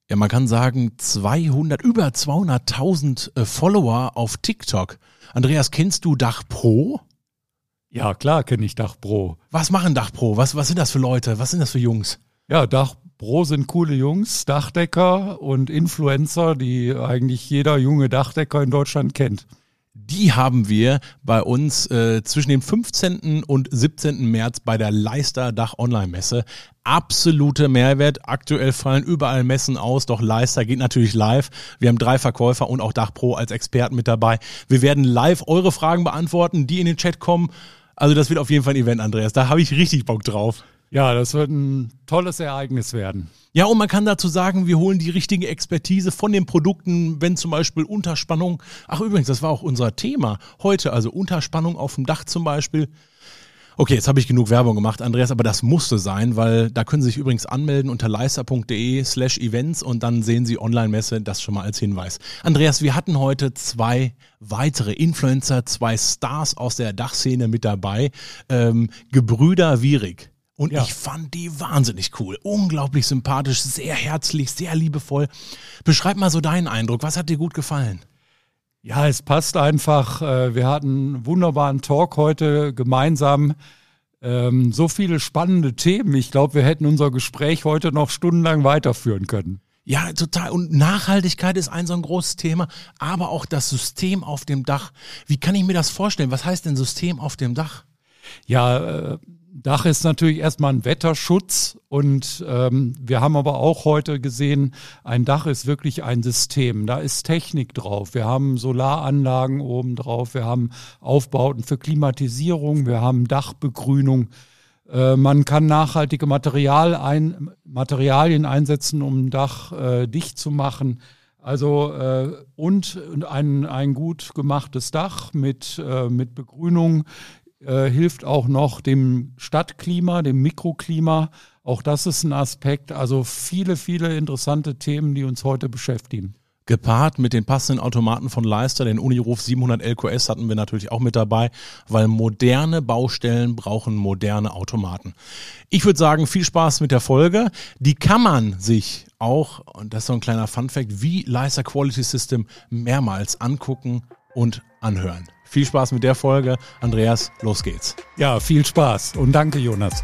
Ja, man kann sagen, über 200.000 Follower auf TikTok. Andreas, kennst du Dach-Pro? Ja, klar kenne ich Dach-Pro. Was machen Dach-Pro? Was sind das für Leute? Was sind das für Jungs? Ja, Dach-Pro sind coole Jungs, Dachdecker und Influencer, die eigentlich jeder junge Dachdecker in Deutschland kennt. Die haben wir bei uns zwischen dem 15. und 17. März bei der Leister Dach-Online-Messe. Absolute Mehrwert. Aktuell fallen überall Messen aus, doch Leister geht natürlich live. Wir haben 3 Verkäufer und auch Dach-Pro als Experten mit dabei. Wir werden live eure Fragen beantworten, die in den Chat kommen. Also das wird auf jeden Fall ein Event, Andreas. Da habe ich richtig Bock drauf. Ja, das wird ein tolles Ereignis werden. Ja, und man kann dazu sagen, wir holen die richtige Expertise von den Produkten, wenn zum Beispiel Unterspannung, ach übrigens, das war auch unser Thema heute, also Unterspannung auf dem Dach zum Beispiel. Okay, jetzt habe ich genug Werbung gemacht, Andreas, aber das musste sein, weil da können Sie sich übrigens anmelden unter leister.de/events und dann sehen Sie Online-Messe, das schon mal als Hinweis. Andreas, wir hatten heute 2 weitere Influencer, 2 Stars aus der Dachszene mit dabei, Gebrüder Wierig. Und ja, ich fand die wahnsinnig cool, unglaublich sympathisch, sehr herzlich, sehr liebevoll. Beschreib mal so deinen Eindruck, was hat dir gut gefallen? Ja, es passt einfach. Wir hatten einen wunderbaren Talk heute gemeinsam. So viele spannende Themen. Ich glaube, wir hätten unser Gespräch heute noch stundenlang weiterführen können. Ja, total. Und Nachhaltigkeit ist so ein großes Thema, aber auch das System auf dem Dach. Wie kann ich mir das vorstellen? Was heißt denn System auf dem Dach? Ja, Dach ist natürlich erstmal ein Wetterschutz und wir haben aber auch heute gesehen, ein Dach ist wirklich ein System. Da ist Technik drauf. Wir haben Solaranlagen oben drauf, wir haben Aufbauten für Klimatisierung, wir haben Dachbegrünung. Man kann nachhaltige Materialien einsetzen, um ein Dach dicht zu machen. Also und ein gut gemachtes Dach mit Begrünung hilft auch noch dem Stadtklima, dem Mikroklima. Auch das ist ein Aspekt. Also viele, viele interessante Themen, die uns heute beschäftigen. Gepaart mit den passenden Automaten von Leister, den Uniroof 700 LQS hatten wir natürlich auch mit dabei, weil moderne Baustellen brauchen moderne Automaten. Ich würde sagen, viel Spaß mit der Folge. Die kann man sich auch, und das ist so ein kleiner Funfact, wie Leister Quality System mehrmals angucken und anhören. Viel Spaß mit der Folge. Andreas, los geht's. Ja, viel Spaß und danke, Jonas.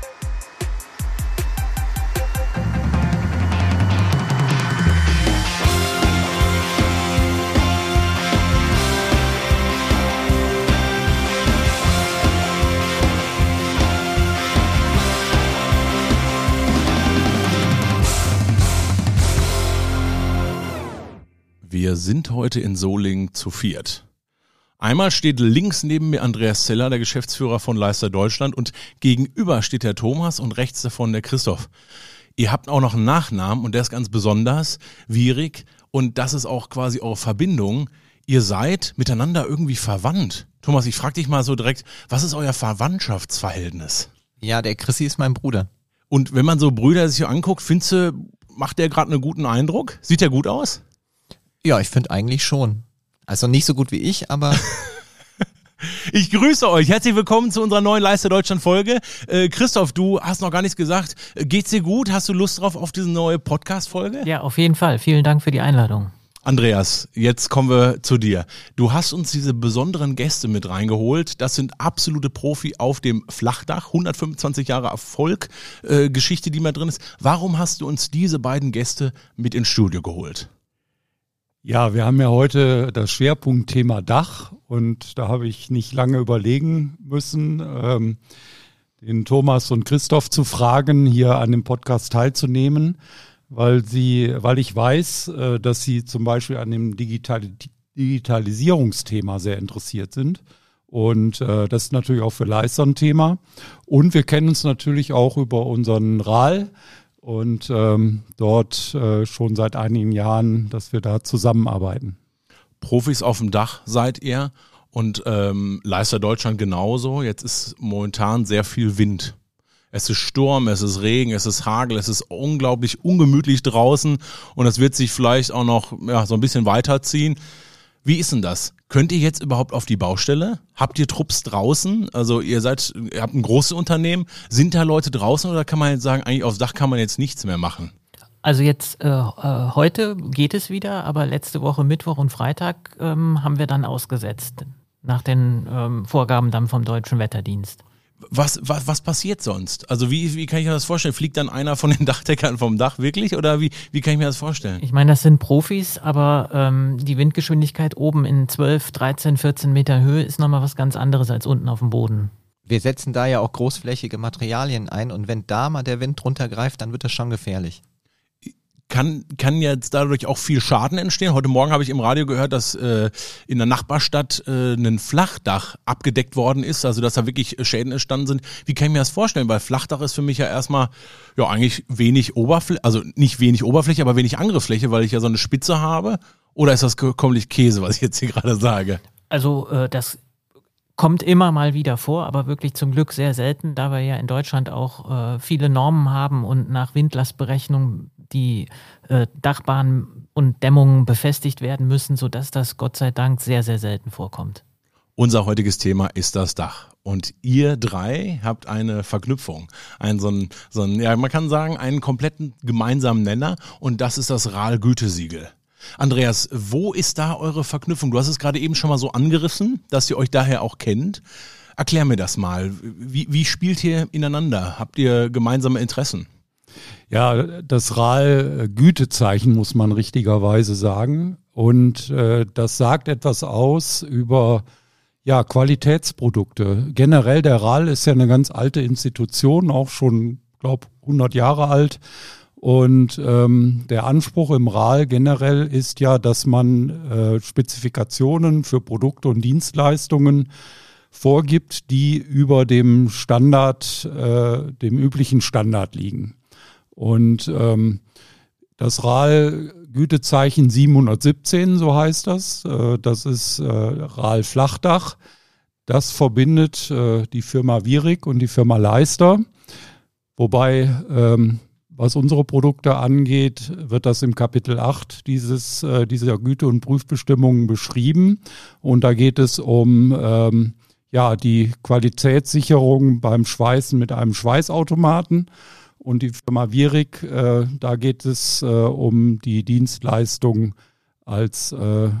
Wir sind heute in Solingen zu viert. Einmal steht links neben mir Andreas Zeller, der Geschäftsführer von Leister Deutschland, und gegenüber steht der Thomas und rechts davon der Christoph. Ihr habt auch noch einen Nachnamen und der ist ganz besonders, Wierig, und das ist auch quasi eure Verbindung. Ihr seid miteinander irgendwie verwandt. Thomas, ich frage dich mal so direkt, was ist euer Verwandtschaftsverhältnis? Ja, der Chrissy ist mein Bruder. Und wenn man so Brüder sich anguckt, findest du, macht der gerade einen guten Eindruck? Sieht der gut aus? Ja, ich finde eigentlich schon. Also nicht so gut wie ich, aber... Ich grüße euch. Herzlich willkommen zu unserer neuen Leister Deutschland Folge. Christoph, du hast noch gar nichts gesagt. Geht's dir gut? Hast du Lust drauf auf diese neue Podcast-Folge? Ja, auf jeden Fall. Vielen Dank für die Einladung. Andreas, jetzt kommen wir zu dir. Du hast uns diese besonderen Gäste mit reingeholt. Das sind absolute Profi auf dem Flachdach. 125 Jahre Erfolg, Geschichte, die mal drin ist. Warum hast du uns diese beiden Gäste mit ins Studio geholt? Ja, wir haben ja heute das Schwerpunktthema Dach und da habe ich nicht lange überlegen müssen, den Thomas und Christoph zu fragen, hier an dem Podcast teilzunehmen, weil ich weiß, dass sie zum Beispiel an dem Digitalisierungsthema sehr interessiert sind. Und das ist natürlich auch für Leister ein Thema. Und wir kennen uns natürlich auch über unseren RAL. Und dort schon seit einigen Jahren, dass wir da zusammenarbeiten. Profis auf dem Dach seid ihr und Leister Deutschland genauso. Jetzt ist momentan sehr viel Wind. Es ist Sturm, es ist Regen, es ist Hagel, es ist unglaublich ungemütlich draußen und es wird sich vielleicht auch noch so ein bisschen weiterziehen. Wie ist denn das? Könnt ihr jetzt überhaupt auf die Baustelle? Habt ihr Trupps draußen? Also ihr habt ein großes Unternehmen. Sind da Leute draußen oder kann man jetzt sagen, eigentlich aufs Dach kann man jetzt nichts mehr machen? Also jetzt heute geht es wieder, aber letzte Woche Mittwoch und Freitag haben wir dann ausgesetzt, nach den Vorgaben dann vom Deutschen Wetterdienst. Was passiert sonst? Also wie kann ich mir das vorstellen? Fliegt dann einer von den Dachdeckern vom Dach wirklich oder wie kann ich mir das vorstellen? Ich meine, das sind Profis, aber die Windgeschwindigkeit oben in 12, 13, 14 Meter Höhe ist nochmal was ganz anderes als unten auf dem Boden. Wir setzen da ja auch großflächige Materialien ein und wenn da mal der Wind drunter greift, dann wird das schon gefährlich. Kann jetzt dadurch auch viel Schaden entstehen? Heute Morgen habe ich im Radio gehört, dass in der Nachbarstadt ein Flachdach abgedeckt worden ist, also dass da wirklich Schäden entstanden sind. Wie kann ich mir das vorstellen? Weil Flachdach ist für mich ja erstmal eigentlich wenig Oberfläche, also nicht wenig Oberfläche, aber wenig Angriffsfläche, weil ich ja so eine Spitze habe. Oder ist das komplett Käse, was ich jetzt hier gerade sage? Also das kommt immer mal wieder vor, aber wirklich zum Glück sehr selten, da wir ja in Deutschland auch viele Normen haben und nach Windlastberechnung die Dachbahnen und Dämmungen befestigt werden müssen, sodass das Gott sei Dank sehr, sehr selten vorkommt. Unser heutiges Thema ist das Dach. Und ihr drei habt eine Verknüpfung, man kann sagen, einen kompletten gemeinsamen Nenner und das ist das RAL-Gütesiegel. Andreas, wo ist da eure Verknüpfung? Du hast es gerade eben schon mal so angerissen, dass ihr euch daher auch kennt. Erklär mir das mal. Wie spielt ihr ineinander? Habt ihr gemeinsame Interessen? Ja, das RAL-Gütezeichen muss man richtigerweise sagen. Und das sagt etwas aus über Qualitätsprodukte. Generell der RAL ist ja eine ganz alte Institution, auch schon, glaube 100 Jahre alt. Und der Anspruch im RAL generell ist ja, dass man Spezifikationen für Produkte und Dienstleistungen vorgibt, die über dem Standard, dem üblichen Standard liegen. Und das RAL-Gütezeichen 717, so heißt das, das ist RAL Flachdach. Das verbindet die Firma Wierig und die Firma Leister. Wobei, was unsere Produkte angeht, wird das im Kapitel 8 dieser Güte- und Prüfbestimmungen beschrieben. Und da geht es um die Qualitätssicherung beim Schweißen mit einem Schweißautomaten. Und die Firma Wierig, da geht es um die Dienstleistung als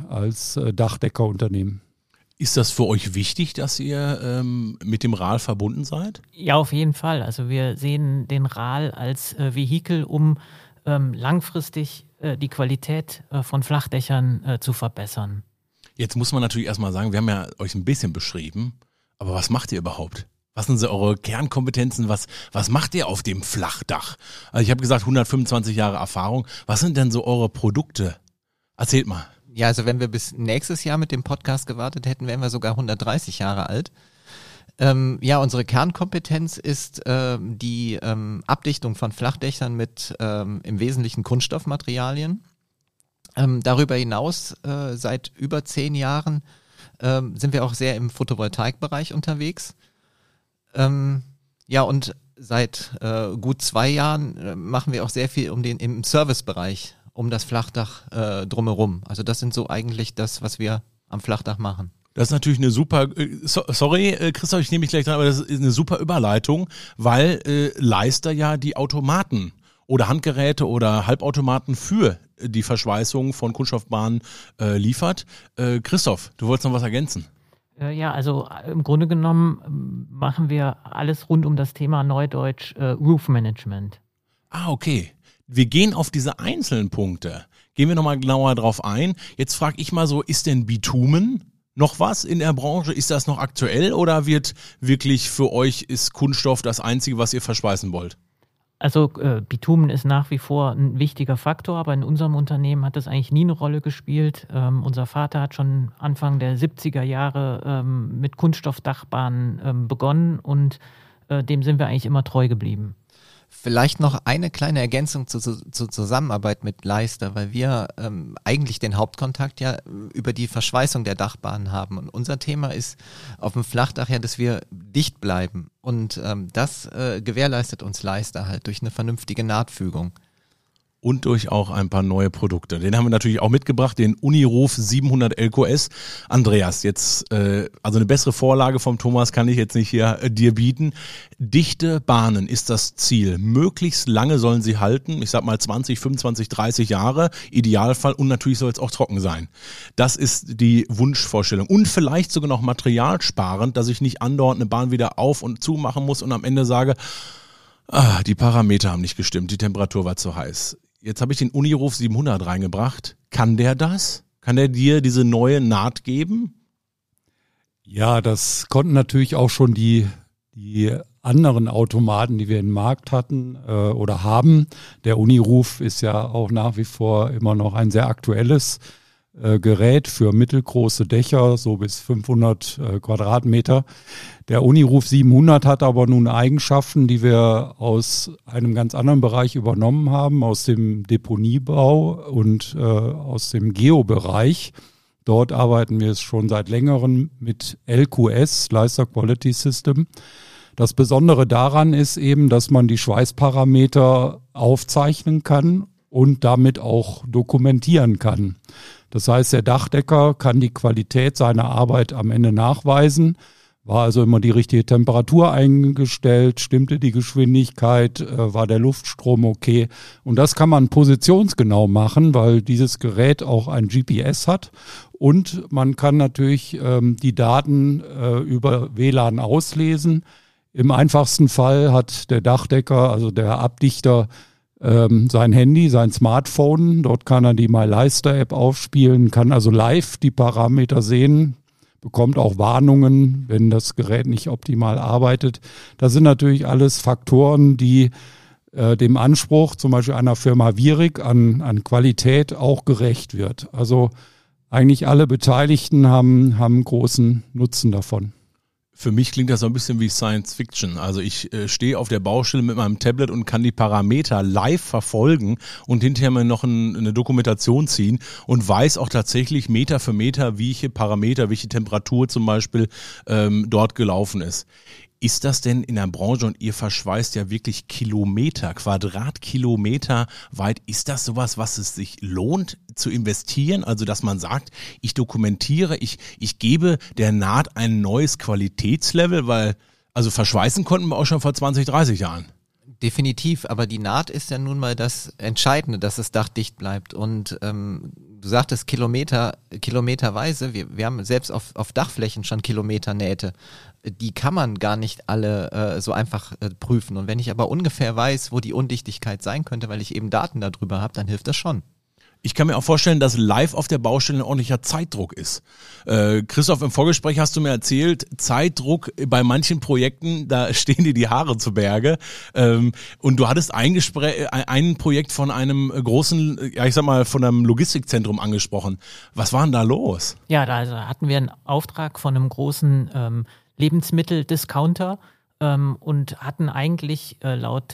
Dachdeckerunternehmen. Ist das für euch wichtig, dass ihr mit dem RAL verbunden seid? Ja, auf jeden Fall. Also wir sehen den RAL als Vehikel, um langfristig die Qualität von Flachdächern zu verbessern. Jetzt muss man natürlich erstmal sagen, wir haben ja euch ein bisschen beschrieben, aber was macht ihr überhaupt? Was sind so eure Kernkompetenzen? Was macht ihr auf dem Flachdach? Also ich habe gesagt, 125 Jahre Erfahrung. Was sind denn so eure Produkte? Erzählt mal. Ja, also wenn wir bis nächstes Jahr mit dem Podcast gewartet hätten, wären wir sogar 130 Jahre alt. Unsere Kernkompetenz ist die Abdichtung von Flachdächern mit im Wesentlichen Kunststoffmaterialien. Darüber hinaus, seit über 10 Jahren, sind wir auch sehr im Photovoltaikbereich unterwegs. Und seit gut 2 Jahren machen wir auch sehr viel im Servicebereich um das Flachdach drumherum. Also das sind so eigentlich das, was wir am Flachdach machen. Das ist natürlich eine super, sorry Christoph, ich nehme mich gleich dran, aber das ist eine super Überleitung, weil Leister ja die Automaten oder Handgeräte oder Halbautomaten für die Verschweißung von Kunststoffbahnen liefert. Christoph, du wolltest noch was ergänzen? Ja, also im Grunde genommen machen wir alles rund um das Thema Neudeutsch Roof Management. Ah, okay. Wir gehen auf diese einzelnen Punkte. Gehen wir nochmal genauer drauf ein. Jetzt frage ich mal so, ist denn Bitumen noch was in der Branche? Ist das noch aktuell oder wird wirklich für euch ist Kunststoff das Einzige, was ihr verschweißen wollt? Also Bitumen ist nach wie vor ein wichtiger Faktor, aber in unserem Unternehmen hat das eigentlich nie eine Rolle gespielt. Unser Vater hat schon Anfang der 70er Jahre mit Kunststoffdachbahnen begonnen und dem sind wir eigentlich immer treu geblieben. Vielleicht noch eine kleine Ergänzung zur Zusammenarbeit mit Leister, weil wir eigentlich den Hauptkontakt ja über die Verschweißung der Dachbahnen haben. Und unser Thema ist auf dem Flachdach ja, dass wir dicht bleiben. Und das gewährleistet uns Leister halt durch eine vernünftige Nahtfügung. und durch auch ein paar neue Produkte. Den haben wir natürlich auch mitgebracht, den Uniroof 700 LQS. Andreas, jetzt also eine bessere Vorlage vom Thomas kann ich jetzt nicht hier dir bieten. Dichte Bahnen ist das Ziel. Möglichst lange sollen sie halten. Ich sag mal 20, 25, 30 Jahre. Idealfall. Und natürlich soll es auch trocken sein. Das ist die Wunschvorstellung. Und vielleicht sogar noch materialsparend, dass ich nicht andauernd eine Bahn wieder auf und zu machen muss und am Ende sage, die Parameter haben nicht gestimmt. Die Temperatur war zu heiß. Jetzt habe ich den Uniroof 700 reingebracht. Kann der das? Kann der dir diese neue Naht geben? Ja, das konnten natürlich auch schon die anderen Automaten, die wir im Markt hatten oder haben. Der Uniroof ist ja auch nach wie vor immer noch ein sehr aktuelles Gerät für mittelgroße Dächer, so bis 500 Quadratmeter. Der Uniroof 700 hat aber nun Eigenschaften, die wir aus einem ganz anderen Bereich übernommen haben, aus dem Deponiebau und aus dem Geobereich. Dort arbeiten wir schon seit längerem mit LQS, Slicer Quality System. Das Besondere daran ist eben, dass man die Schweißparameter aufzeichnen kann und damit auch dokumentieren kann. Das heißt, der Dachdecker kann die Qualität seiner Arbeit am Ende nachweisen. War also immer die richtige Temperatur eingestellt, stimmte die Geschwindigkeit, war der Luftstrom okay. Und das kann man positionsgenau machen, weil dieses Gerät auch ein GPS hat. Und man kann natürlich die Daten über WLAN auslesen. Im einfachsten Fall hat der Dachdecker, also der Abdichter, sein Handy, sein Smartphone. Dort kann er die MyLeister-App aufspielen, kann also live die Parameter sehen, bekommt auch Warnungen, wenn das Gerät nicht optimal arbeitet. Das sind natürlich alles Faktoren, die dem Anspruch zum Beispiel einer Firma Virik an Qualität auch gerecht wird. Also eigentlich alle Beteiligten haben großen Nutzen davon. Für mich klingt das so ein bisschen wie Science Fiction. Also ich stehe auf der Baustelle mit meinem Tablet und kann die Parameter live verfolgen und hinterher mir noch eine Dokumentation ziehen und weiß auch tatsächlich Meter für Meter, welche Parameter, welche Temperatur zum Beispiel dort gelaufen ist. Ist das denn in der Branche, und ihr verschweißt ja wirklich Kilometer, Quadratkilometer weit, ist das sowas, was es sich lohnt zu investieren? Also dass man sagt, ich dokumentiere, ich gebe der Naht ein neues Qualitätslevel, weil also verschweißen konnten wir auch schon vor 20, 30 Jahren. Definitiv, aber die Naht ist ja nun mal das Entscheidende, dass das Dach dicht bleibt. Und du sagtest kilometerweise, wir haben selbst auf Dachflächen schon Kilometernähte. Die kann man gar nicht alle so einfach prüfen. Und wenn ich aber ungefähr weiß, wo die Undichtigkeit sein könnte, weil ich eben Daten darüber habe, dann hilft das schon. Ich kann mir auch vorstellen, dass live auf der Baustelle ein ordentlicher Zeitdruck ist. Christoph, im Vorgespräch hast du mir erzählt, Zeitdruck bei manchen Projekten, da stehen dir die Haare zu Berge. Und du hattest ein Projekt von einem großen, ja ich sag mal, von einem Logistikzentrum angesprochen. Was war denn da los? Ja, da hatten wir einen Auftrag von einem großen Lebensmitteldiscounter und hatten eigentlich laut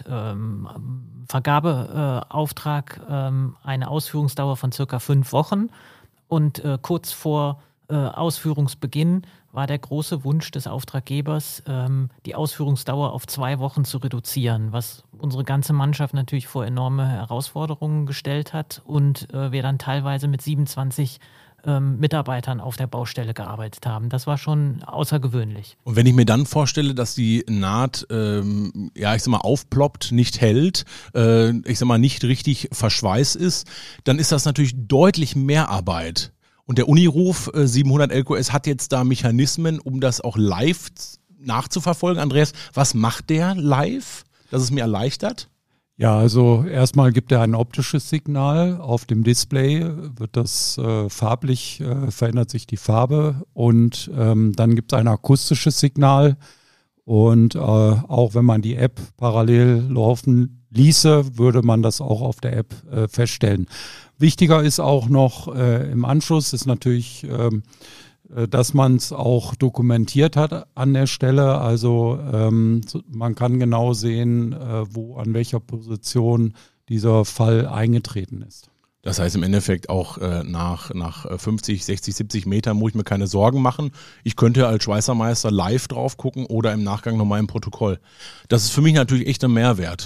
Vergabeauftrag eine Ausführungsdauer von circa 5 Wochen und kurz vor Ausführungsbeginn war der große Wunsch des Auftraggebers, die Ausführungsdauer auf 2 Wochen zu reduzieren, was unsere ganze Mannschaft natürlich vor enorme Herausforderungen gestellt hat und wir dann teilweise mit 27 Mitarbeitern auf der Baustelle gearbeitet haben. Das war schon außergewöhnlich. Und wenn ich mir dann vorstelle, dass die Naht, ja ich sag mal, aufploppt, nicht hält, ich sag mal, nicht richtig verschweißt ist, dann ist das natürlich deutlich mehr Arbeit. Und der Uniroof 700 LQS hat jetzt da Mechanismen, um das auch live nachzuverfolgen. Andreas, was macht der live, dass es mir erleichtert? Ja, also erstmal gibt er ein optisches Signal. Auf dem Display wird das farblich, verändert sich die Farbe und dann gibt es ein akustisches Signal und auch wenn man die App parallel laufen ließe, würde man das auch auf der App feststellen. Wichtiger ist auch noch im Anschluss ist natürlich, dass man es auch dokumentiert hat an der Stelle. Also man kann genau sehen, wo an welcher Position dieser Fall eingetreten ist. Das heißt im Endeffekt auch nach 50, 60, 70 Metern muss ich mir keine Sorgen machen. Ich könnte als Schweißermeister live drauf gucken oder im Nachgang nochmal im Protokoll. Das ist für mich natürlich echt ein Mehrwert.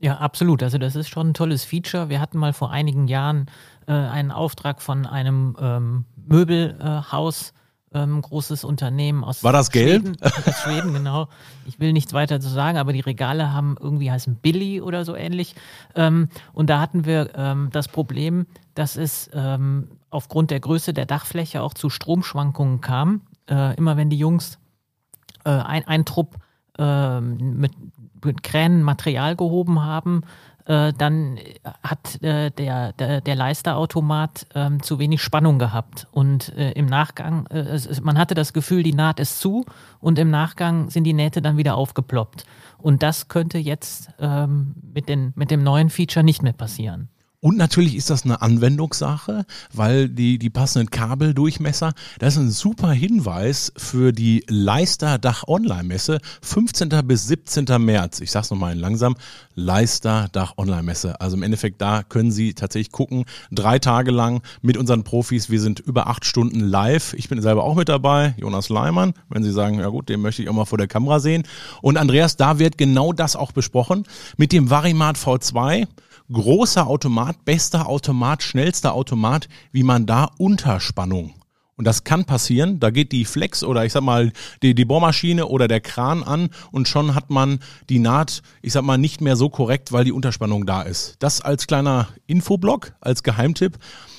Ja, absolut. Also das ist schon ein tolles Feature. Wir hatten mal vor einigen Jahren einen Auftrag von einem Möbelhaus, großes Unternehmen aus War das Schweden. gelb? Aus Schweden, genau. Ich will nichts weiter zu sagen, aber die Regale haben irgendwie heißen Billy oder so ähnlich. Und da hatten wir das Problem, dass es aufgrund der Größe der Dachfläche auch zu Stromschwankungen kam. Immer wenn die Jungs ein Trupp mit Kränen Material gehoben haben, dann hat der Leisterautomat zu wenig Spannung gehabt. Und im Nachgang, man hatte das Gefühl, die Naht ist zu und im Nachgang sind die Nähte dann wieder aufgeploppt. Und das könnte jetzt mit dem neuen Feature nicht mehr passieren. Und natürlich ist das eine Anwendungssache, weil die passenden Kabeldurchmesser, das ist ein super Hinweis für die Leister Dach Online Messe, 15. bis 17. März. Ich sag's nochmal langsam, Leister Dach Online Messe. Also im Endeffekt, da können Sie tatsächlich gucken, 3 Tage lang mit unseren Profis. Wir sind über 8 Stunden live. Ich bin selber auch mit dabei, Jonas Leimann. Wenn Sie sagen, ja gut, den möchte ich auch mal vor der Kamera sehen. Und Andreas, da wird genau das auch besprochen mit dem Varimat V2. Großer Automat, bester Automat, schnellster Automat, wie man da Unterspannung. Und das kann passieren, da geht die Flex oder ich sag mal die Bohrmaschine oder der Kran an und schon hat man die Naht, ich sag mal, nicht mehr so korrekt, weil die Unterspannung da ist. Das als kleiner Infoblock, als Geheimtipp.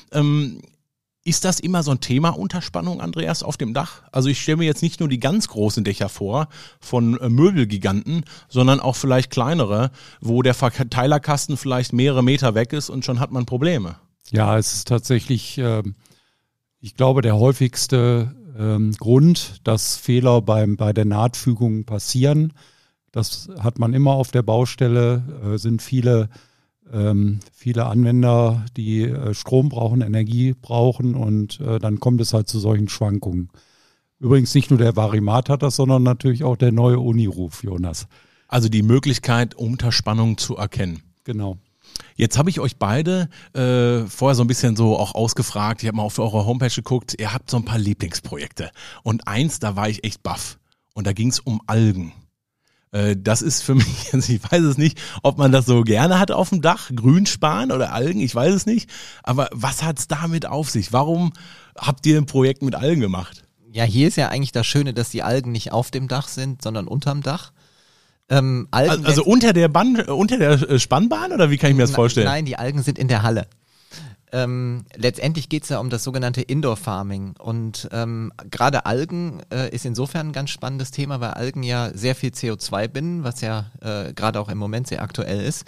Ist das immer so ein Thema Unterspannung, Andreas, auf dem Dach? Also ich stelle mir jetzt nicht nur die ganz großen Dächer vor von Möbelgiganten, sondern auch vielleicht kleinere, wo der Verteilerkasten vielleicht mehrere Meter weg ist und schon hat man Probleme. Ja, es ist tatsächlich, ich glaube, der häufigste Grund, dass Fehler bei der Nahtfügung passieren. Das hat man immer auf der Baustelle, sind viele Anwender, die Strom brauchen, Energie brauchen und dann kommt es halt zu solchen Schwankungen. Übrigens nicht nur der Varimat hat das, sondern natürlich auch der neue Uniroof, Jonas. Also die Möglichkeit, Unterspannung zu erkennen. Genau. Jetzt habe ich euch beide vorher so ein bisschen so auch ausgefragt. Ich habe mal auf eure Homepage geguckt. Ihr habt so ein paar Lieblingsprojekte. Und eins, da war ich echt baff. Und da ging es um Algen. Das ist für mich, also ich weiß es nicht, ob man das so gerne hat auf dem Dach, Grünspan oder Algen, ich weiß es nicht. Aber was hat's damit auf sich? Warum habt ihr ein Projekt mit Algen gemacht? Ja, hier ist ja eigentlich das Schöne, dass die Algen nicht auf dem Dach sind, sondern unterm Dach. Algen also unter der Spannbahn oder wie kann ich mir das vorstellen? Nein, die Algen sind in der Halle. Letztendlich geht es ja um das sogenannte Indoor Farming und gerade Algen ist insofern ein ganz spannendes Thema, weil Algen ja sehr viel CO2 binden, was ja gerade auch im Moment sehr aktuell ist.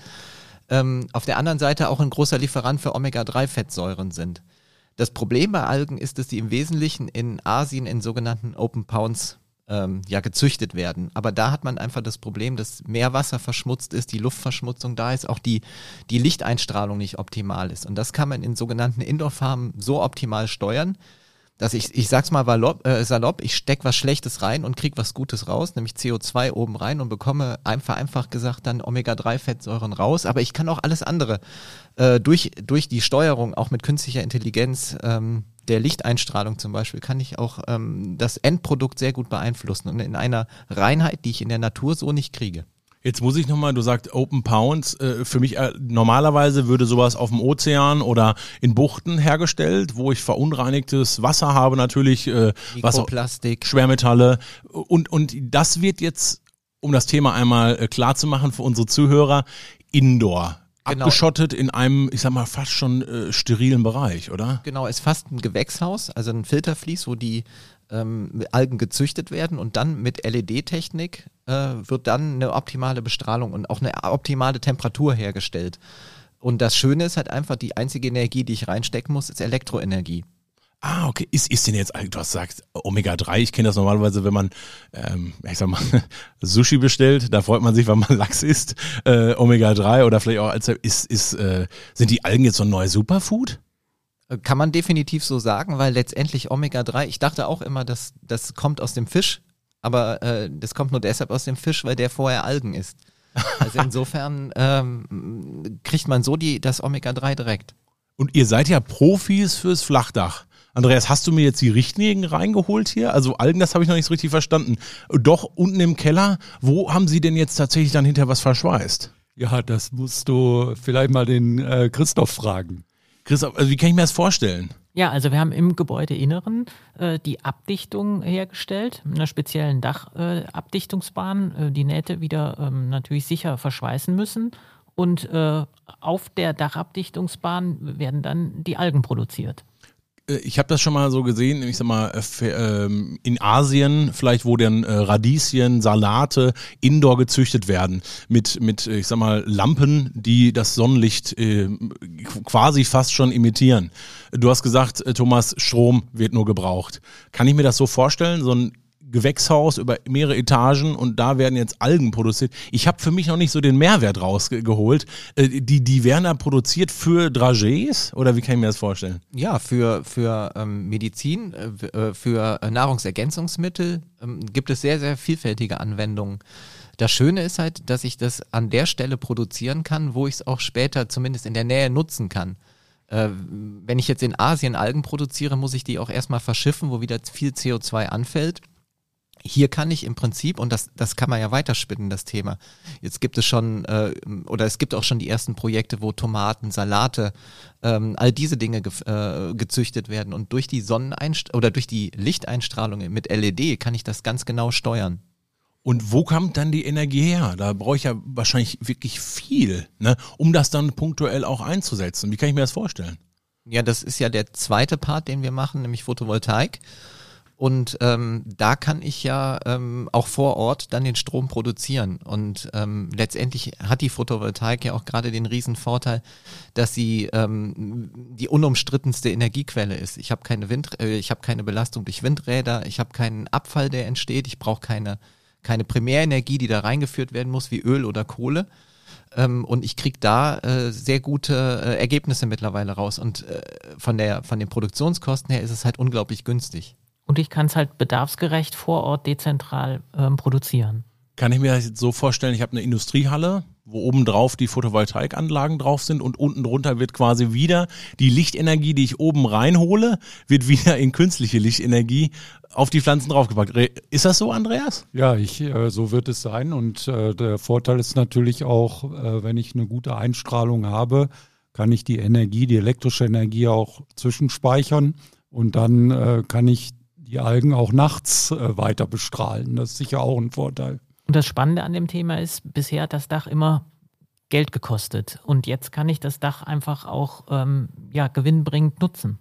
Auf der anderen Seite auch ein großer Lieferant für Omega-3-Fettsäuren sind. Das Problem bei Algen ist, dass die im Wesentlichen in Asien in sogenannten Open Ponds gezüchtet werden. Aber da hat man einfach das Problem, dass Meerwasser verschmutzt ist, die Luftverschmutzung da ist, auch die Lichteinstrahlung nicht optimal ist. Und das kann man in sogenannten Indoor-Farmen so optimal steuern, dass ich sag's mal salopp, ich steck was Schlechtes rein und krieg was Gutes raus, nämlich CO2 oben rein und bekomme einfach gesagt dann Omega-3-Fettsäuren raus. Aber ich kann auch alles andere durch die Steuerung, auch mit künstlicher Intelligenz, der Lichteinstrahlung zum Beispiel, kann ich auch das Endprodukt sehr gut beeinflussen und in einer Reinheit, die ich in der Natur so nicht kriege. Jetzt muss ich nochmal, du sagst Open Ponds, für mich normalerweise würde sowas auf dem Ozean oder in Buchten hergestellt, wo ich verunreinigtes Wasser habe, natürlich Mikroplastik, Schwermetalle und das wird jetzt, um das Thema einmal klar zu machen für unsere Zuhörer, Indoor. Genau. Abgeschottet in einem, ich sag mal, fast schon sterilen Bereich, oder? Genau, ist fast ein Gewächshaus, also ein Filtervlies, wo die Algen gezüchtet werden und dann mit LED-Technik wird dann eine optimale Bestrahlung und auch eine optimale Temperatur hergestellt. Und das Schöne ist halt einfach, die einzige Energie, die ich reinstecken muss, ist Elektroenergie. Ah, okay. Ist denn jetzt, du hast gesagt, Omega-3, ich kenne das normalerweise, wenn man, ich sag mal, Sushi bestellt, da freut man sich, wenn man Lachs isst, Omega-3 oder vielleicht auch, sind die Algen jetzt so ein neues Superfood? Kann man definitiv so sagen, weil letztendlich Omega-3, ich dachte auch immer, das kommt aus dem Fisch, aber das kommt nur deshalb aus dem Fisch, weil der vorher Algen isst. Also insofern kriegt man so das Omega-3 direkt. Und ihr seid ja Profis fürs Flachdach. Andreas, hast du mir jetzt die Richtlinien reingeholt hier? Also Algen, das habe ich noch nicht so richtig verstanden. Doch unten im Keller, wo haben Sie denn jetzt tatsächlich dann hinterher was verschweißt? Ja, das musst du vielleicht mal den Christoph fragen. Christoph, also wie kann ich mir das vorstellen? Ja, also wir haben im Gebäudeinneren die Abdichtung hergestellt, mit einer speziellen Dachabdichtungsbahn, die Nähte wieder natürlich sicher verschweißen müssen. Und auf der Dachabdichtungsbahn werden dann die Algen produziert. Ich habe das schon mal so gesehen, ich sag mal, in Asien, vielleicht wo dann Radieschen, Salate indoor gezüchtet werden mit ich sag mal, Lampen, die das Sonnenlicht quasi fast schon imitieren. Du hast gesagt, Thomas, Strom wird nur gebraucht. Kann ich mir das so vorstellen, so ein Gewächshaus über mehrere Etagen und da werden jetzt Algen produziert. Ich habe für mich noch nicht so den Mehrwert rausgeholt. Die werden da produziert für Dragés oder wie kann ich mir das vorstellen? Ja, für Medizin, für Nahrungsergänzungsmittel gibt es sehr, sehr vielfältige Anwendungen. Das Schöne ist halt, dass ich das an der Stelle produzieren kann, wo ich es auch später zumindest in der Nähe nutzen kann. Wenn ich jetzt in Asien Algen produziere, muss ich die auch erstmal verschiffen, wo wieder viel CO2 anfällt. Hier kann ich im Prinzip, und das kann man ja weiterspinnen, das Thema. Jetzt gibt es schon, oder es gibt auch schon die ersten Projekte, wo Tomaten, Salate, all diese Dinge gezüchtet werden. Und durch die durch die Lichteinstrahlung mit LED kann ich das ganz genau steuern. Und wo kommt dann die Energie her? Da brauche ich ja wahrscheinlich wirklich viel, ne, um das dann punktuell auch einzusetzen. Wie kann ich mir das vorstellen? Ja, das ist ja der zweite Part, den wir machen, nämlich Photovoltaik. Und da kann ich ja auch vor Ort dann den Strom produzieren. Und letztendlich hat die Photovoltaik ja auch gerade den riesen Vorteil, dass sie die unumstrittenste Energiequelle ist. Ich habe keine Belastung durch Windräder, ich habe keinen Abfall, der entsteht, ich brauche keine Primärenergie, die da reingeführt werden muss, wie Öl oder Kohle. Und ich kriege da sehr gute Ergebnisse mittlerweile raus. Und von den Produktionskosten her ist es halt unglaublich günstig. Und ich kann es halt bedarfsgerecht vor Ort dezentral produzieren. Kann ich mir das jetzt so vorstellen, ich habe eine Industriehalle, wo oben drauf die Photovoltaikanlagen drauf sind und unten drunter wird quasi wieder die Lichtenergie, die ich oben reinhole, wird wieder in künstliche Lichtenergie auf die Pflanzen draufgepackt. Ist das so, Andreas? Ja, so wird es sein und der Vorteil ist natürlich auch, wenn ich eine gute Einstrahlung habe, kann ich die elektrische Energie auch zwischenspeichern und dann kann ich die Algen auch nachts weiter bestrahlen. Das ist sicher auch ein Vorteil. Und das Spannende an dem Thema ist, bisher hat das Dach immer Geld gekostet. Und jetzt kann ich das Dach einfach auch gewinnbringend nutzen.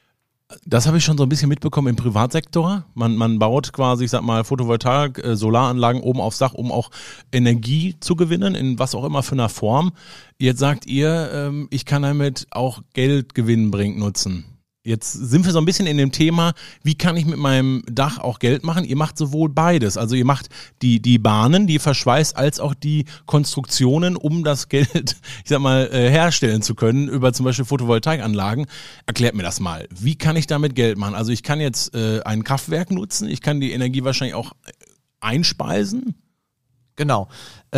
Das habe ich schon so ein bisschen mitbekommen im Privatsektor. Man baut quasi, ich sag mal, Photovoltaik, Solaranlagen oben aufs Dach, um auch Energie zu gewinnen, in was auch immer für einer Form. Jetzt sagt ihr, ich kann damit auch Geld gewinnbringend nutzen. Jetzt sind wir so ein bisschen in dem Thema, wie kann ich mit meinem Dach auch Geld machen? Ihr macht sowohl beides. Also ihr macht die Bahnen, die verschweißt, als auch die Konstruktionen, um das Geld, ich sag mal, herstellen zu können über zum Beispiel Photovoltaikanlagen. Erklärt mir das mal. Wie kann ich damit Geld machen? Also ich kann jetzt ein Kraftwerk nutzen. Ich kann die Energie wahrscheinlich auch einspeisen. Genau.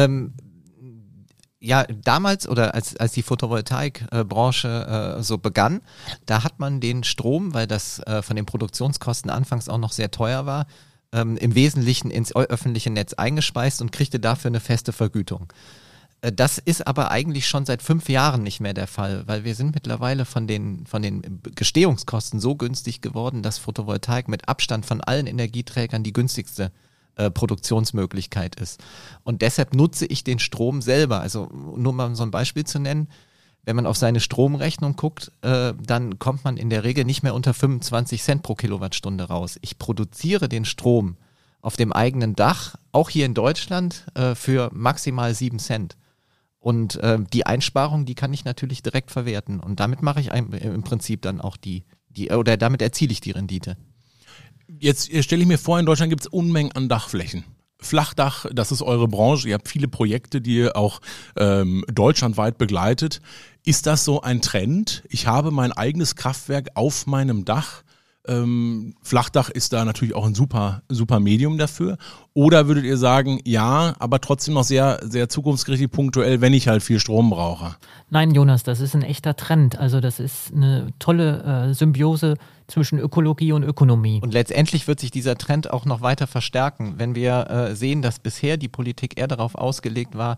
Ja, damals oder als die Photovoltaikbranche so begann, da hat man den Strom, weil das von den Produktionskosten anfangs auch noch sehr teuer war, im Wesentlichen ins öffentliche Netz eingespeist und kriegte dafür eine feste Vergütung. Das ist aber eigentlich schon seit 5 Jahren nicht mehr der Fall, weil wir sind mittlerweile von den Gestehungskosten so günstig geworden, dass Photovoltaik mit Abstand von allen Energieträgern die günstigste Produktionsmöglichkeit ist. Und deshalb nutze ich den Strom selber. Also nur mal so ein Beispiel zu nennen, wenn man auf seine Stromrechnung guckt, dann kommt man in der Regel nicht mehr unter 25 Cent pro Kilowattstunde raus. Ich produziere den Strom auf dem eigenen Dach, auch hier in Deutschland, für maximal 7 Cent. Und die Einsparung, die kann ich natürlich direkt verwerten. Und damit mache ich im Prinzip dann auch damit erziele ich die Rendite. Jetzt stelle ich mir vor, in Deutschland gibt es Unmengen an Dachflächen. Flachdach, das ist eure Branche. Ihr habt viele Projekte, die ihr auch deutschlandweit begleitet. Ist das so ein Trend? Ich habe mein eigenes Kraftwerk auf meinem Dach. Flachdach ist da natürlich auch ein super Medium dafür. Oder würdet ihr sagen, ja, aber trotzdem noch sehr, sehr zukunftsgerichtet, punktuell, wenn ich halt viel Strom brauche? Nein, Jonas, das ist ein echter Trend. Also das ist eine tolle Symbiose zwischen Ökologie und Ökonomie. Und letztendlich wird sich dieser Trend auch noch weiter verstärken, wenn wir sehen, dass bisher die Politik eher darauf ausgelegt war,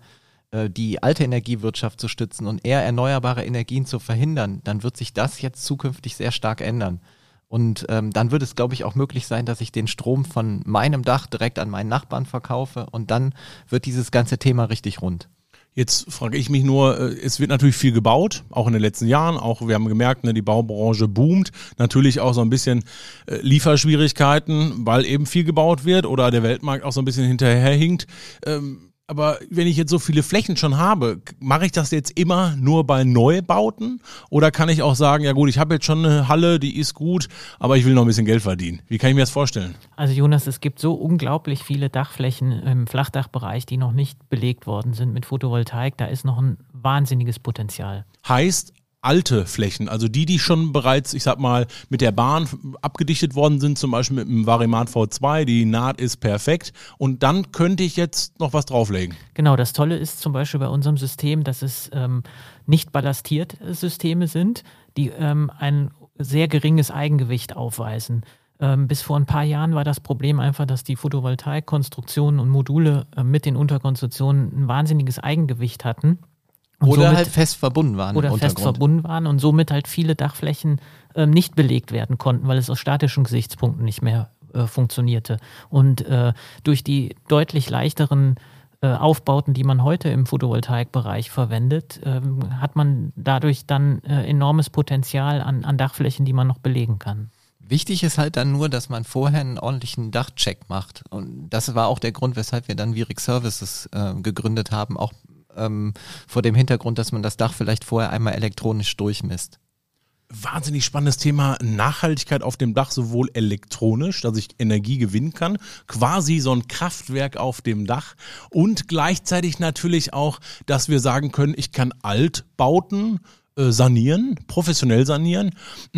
die alte Energiewirtschaft zu stützen und eher erneuerbare Energien zu verhindern, dann wird sich das jetzt zukünftig sehr stark ändern. Und dann wird es, glaube ich, auch möglich sein, dass ich den Strom von meinem Dach direkt an meinen Nachbarn verkaufe und dann wird dieses ganze Thema richtig rund. Jetzt frage ich mich nur, es wird natürlich viel gebaut, auch in den letzten Jahren. Auch wir haben gemerkt, die Baubranche boomt. Natürlich auch so ein bisschen Lieferschwierigkeiten, weil eben viel gebaut wird oder der Weltmarkt auch so ein bisschen hinterherhinkt. Aber wenn ich jetzt so viele Flächen schon habe, mache ich das jetzt immer nur bei Neubauten? Oder kann ich auch sagen, ja gut, ich habe jetzt schon eine Halle, die ist gut, aber ich will noch ein bisschen Geld verdienen? Wie kann ich mir das vorstellen? Also Jonas, es gibt so unglaublich viele Dachflächen im Flachdachbereich, die noch nicht belegt worden sind mit Photovoltaik. Da ist noch ein wahnsinniges Potenzial. Heißt, alte Flächen, also die schon bereits, ich sag mal, mit der Bahn abgedichtet worden sind, zum Beispiel mit dem Varimat V2, die Naht ist perfekt und dann könnte ich jetzt noch was drauflegen. Genau, das Tolle ist zum Beispiel bei unserem System, dass es nicht ballastiert Systeme sind, die ein sehr geringes Eigengewicht aufweisen. Bis vor ein paar Jahren war das Problem einfach, dass die Photovoltaikkonstruktionen und Module mit den Unterkonstruktionen ein wahnsinniges Eigengewicht hatten. Oder halt fest verbunden waren. Oder fest verbunden waren und somit halt viele Dachflächen nicht belegt werden konnten, weil es aus statischen Gesichtspunkten nicht mehr funktionierte. Und durch die deutlich leichteren Aufbauten, die man heute im Photovoltaikbereich verwendet, hat man dadurch dann enormes Potenzial an Dachflächen, die man noch belegen kann. Wichtig ist halt dann nur, dass man vorher einen ordentlichen Dachcheck macht. Und das war auch der Grund, weshalb wir dann Virex Services gegründet haben, auch vor dem Hintergrund, dass man das Dach vielleicht vorher einmal elektronisch durchmisst. Wahnsinnig spannendes Thema, Nachhaltigkeit auf dem Dach, sowohl elektronisch, dass ich Energie gewinnen kann, quasi so ein Kraftwerk auf dem Dach und gleichzeitig natürlich auch, dass wir sagen können, ich kann Altbauten sanieren, professionell sanieren.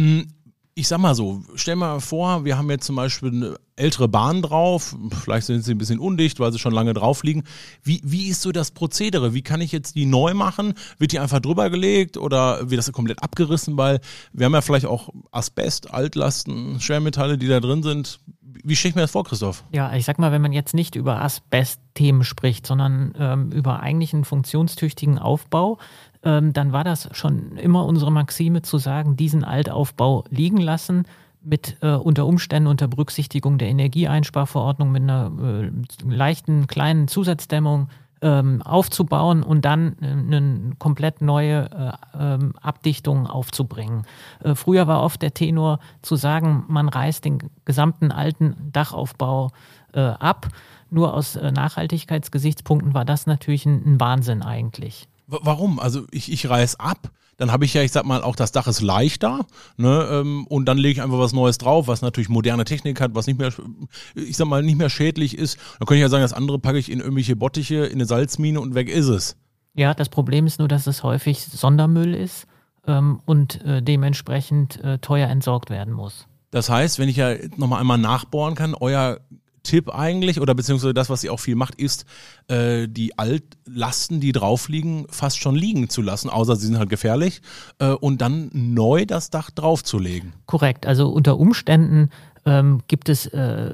Ich sag mal so, stell mal vor, wir haben jetzt zum Beispiel eine ältere Bahn drauf, vielleicht sind sie ein bisschen undicht, weil sie schon lange drauf liegen. Wie ist so das Prozedere? Wie kann ich jetzt die neu machen? Wird die einfach drüber gelegt oder wird das komplett abgerissen? Weil wir haben ja vielleicht auch Asbest, Altlasten, Schwermetalle, die da drin sind. Wie stelle ich mir das vor, Christoph? Ja, ich sag mal, wenn man jetzt nicht über Asbest-Themen spricht, sondern über eigentlich einen funktionstüchtigen Aufbau, dann war das schon immer unsere Maxime zu sagen, diesen Altaufbau liegen lassen, mit unter Umständen unter Berücksichtigung der Energieeinsparverordnung mit einer leichten kleinen Zusatzdämmung aufzubauen und dann eine komplett neue Abdichtung aufzubringen. Früher war oft der Tenor zu sagen, man reißt den gesamten alten Dachaufbau ab. Nur aus Nachhaltigkeitsgesichtspunkten war das natürlich ein Wahnsinn eigentlich. Warum? Also ich reiß ab, dann habe ich ja, ich sag mal, auch das Dach ist leichter, ne, und dann lege ich einfach was Neues drauf, was natürlich moderne Technik hat, was nicht mehr, ich sag mal, nicht mehr schädlich ist. Dann könnte ich ja sagen, das andere packe ich in irgendwelche Bottiche, in eine Salzmine und weg ist es. Ja, das Problem ist nur, dass es häufig Sondermüll ist und dementsprechend teuer entsorgt werden muss. Das heißt, wenn ich ja nochmal einmal nachbohren kann, euer Tipp eigentlich, oder beziehungsweise das, was ihr auch viel macht, ist, die Altlasten, die drauf liegen, fast schon liegen zu lassen, außer sie sind halt gefährlich, und dann neu das Dach draufzulegen. Korrekt, also unter Umständen gibt es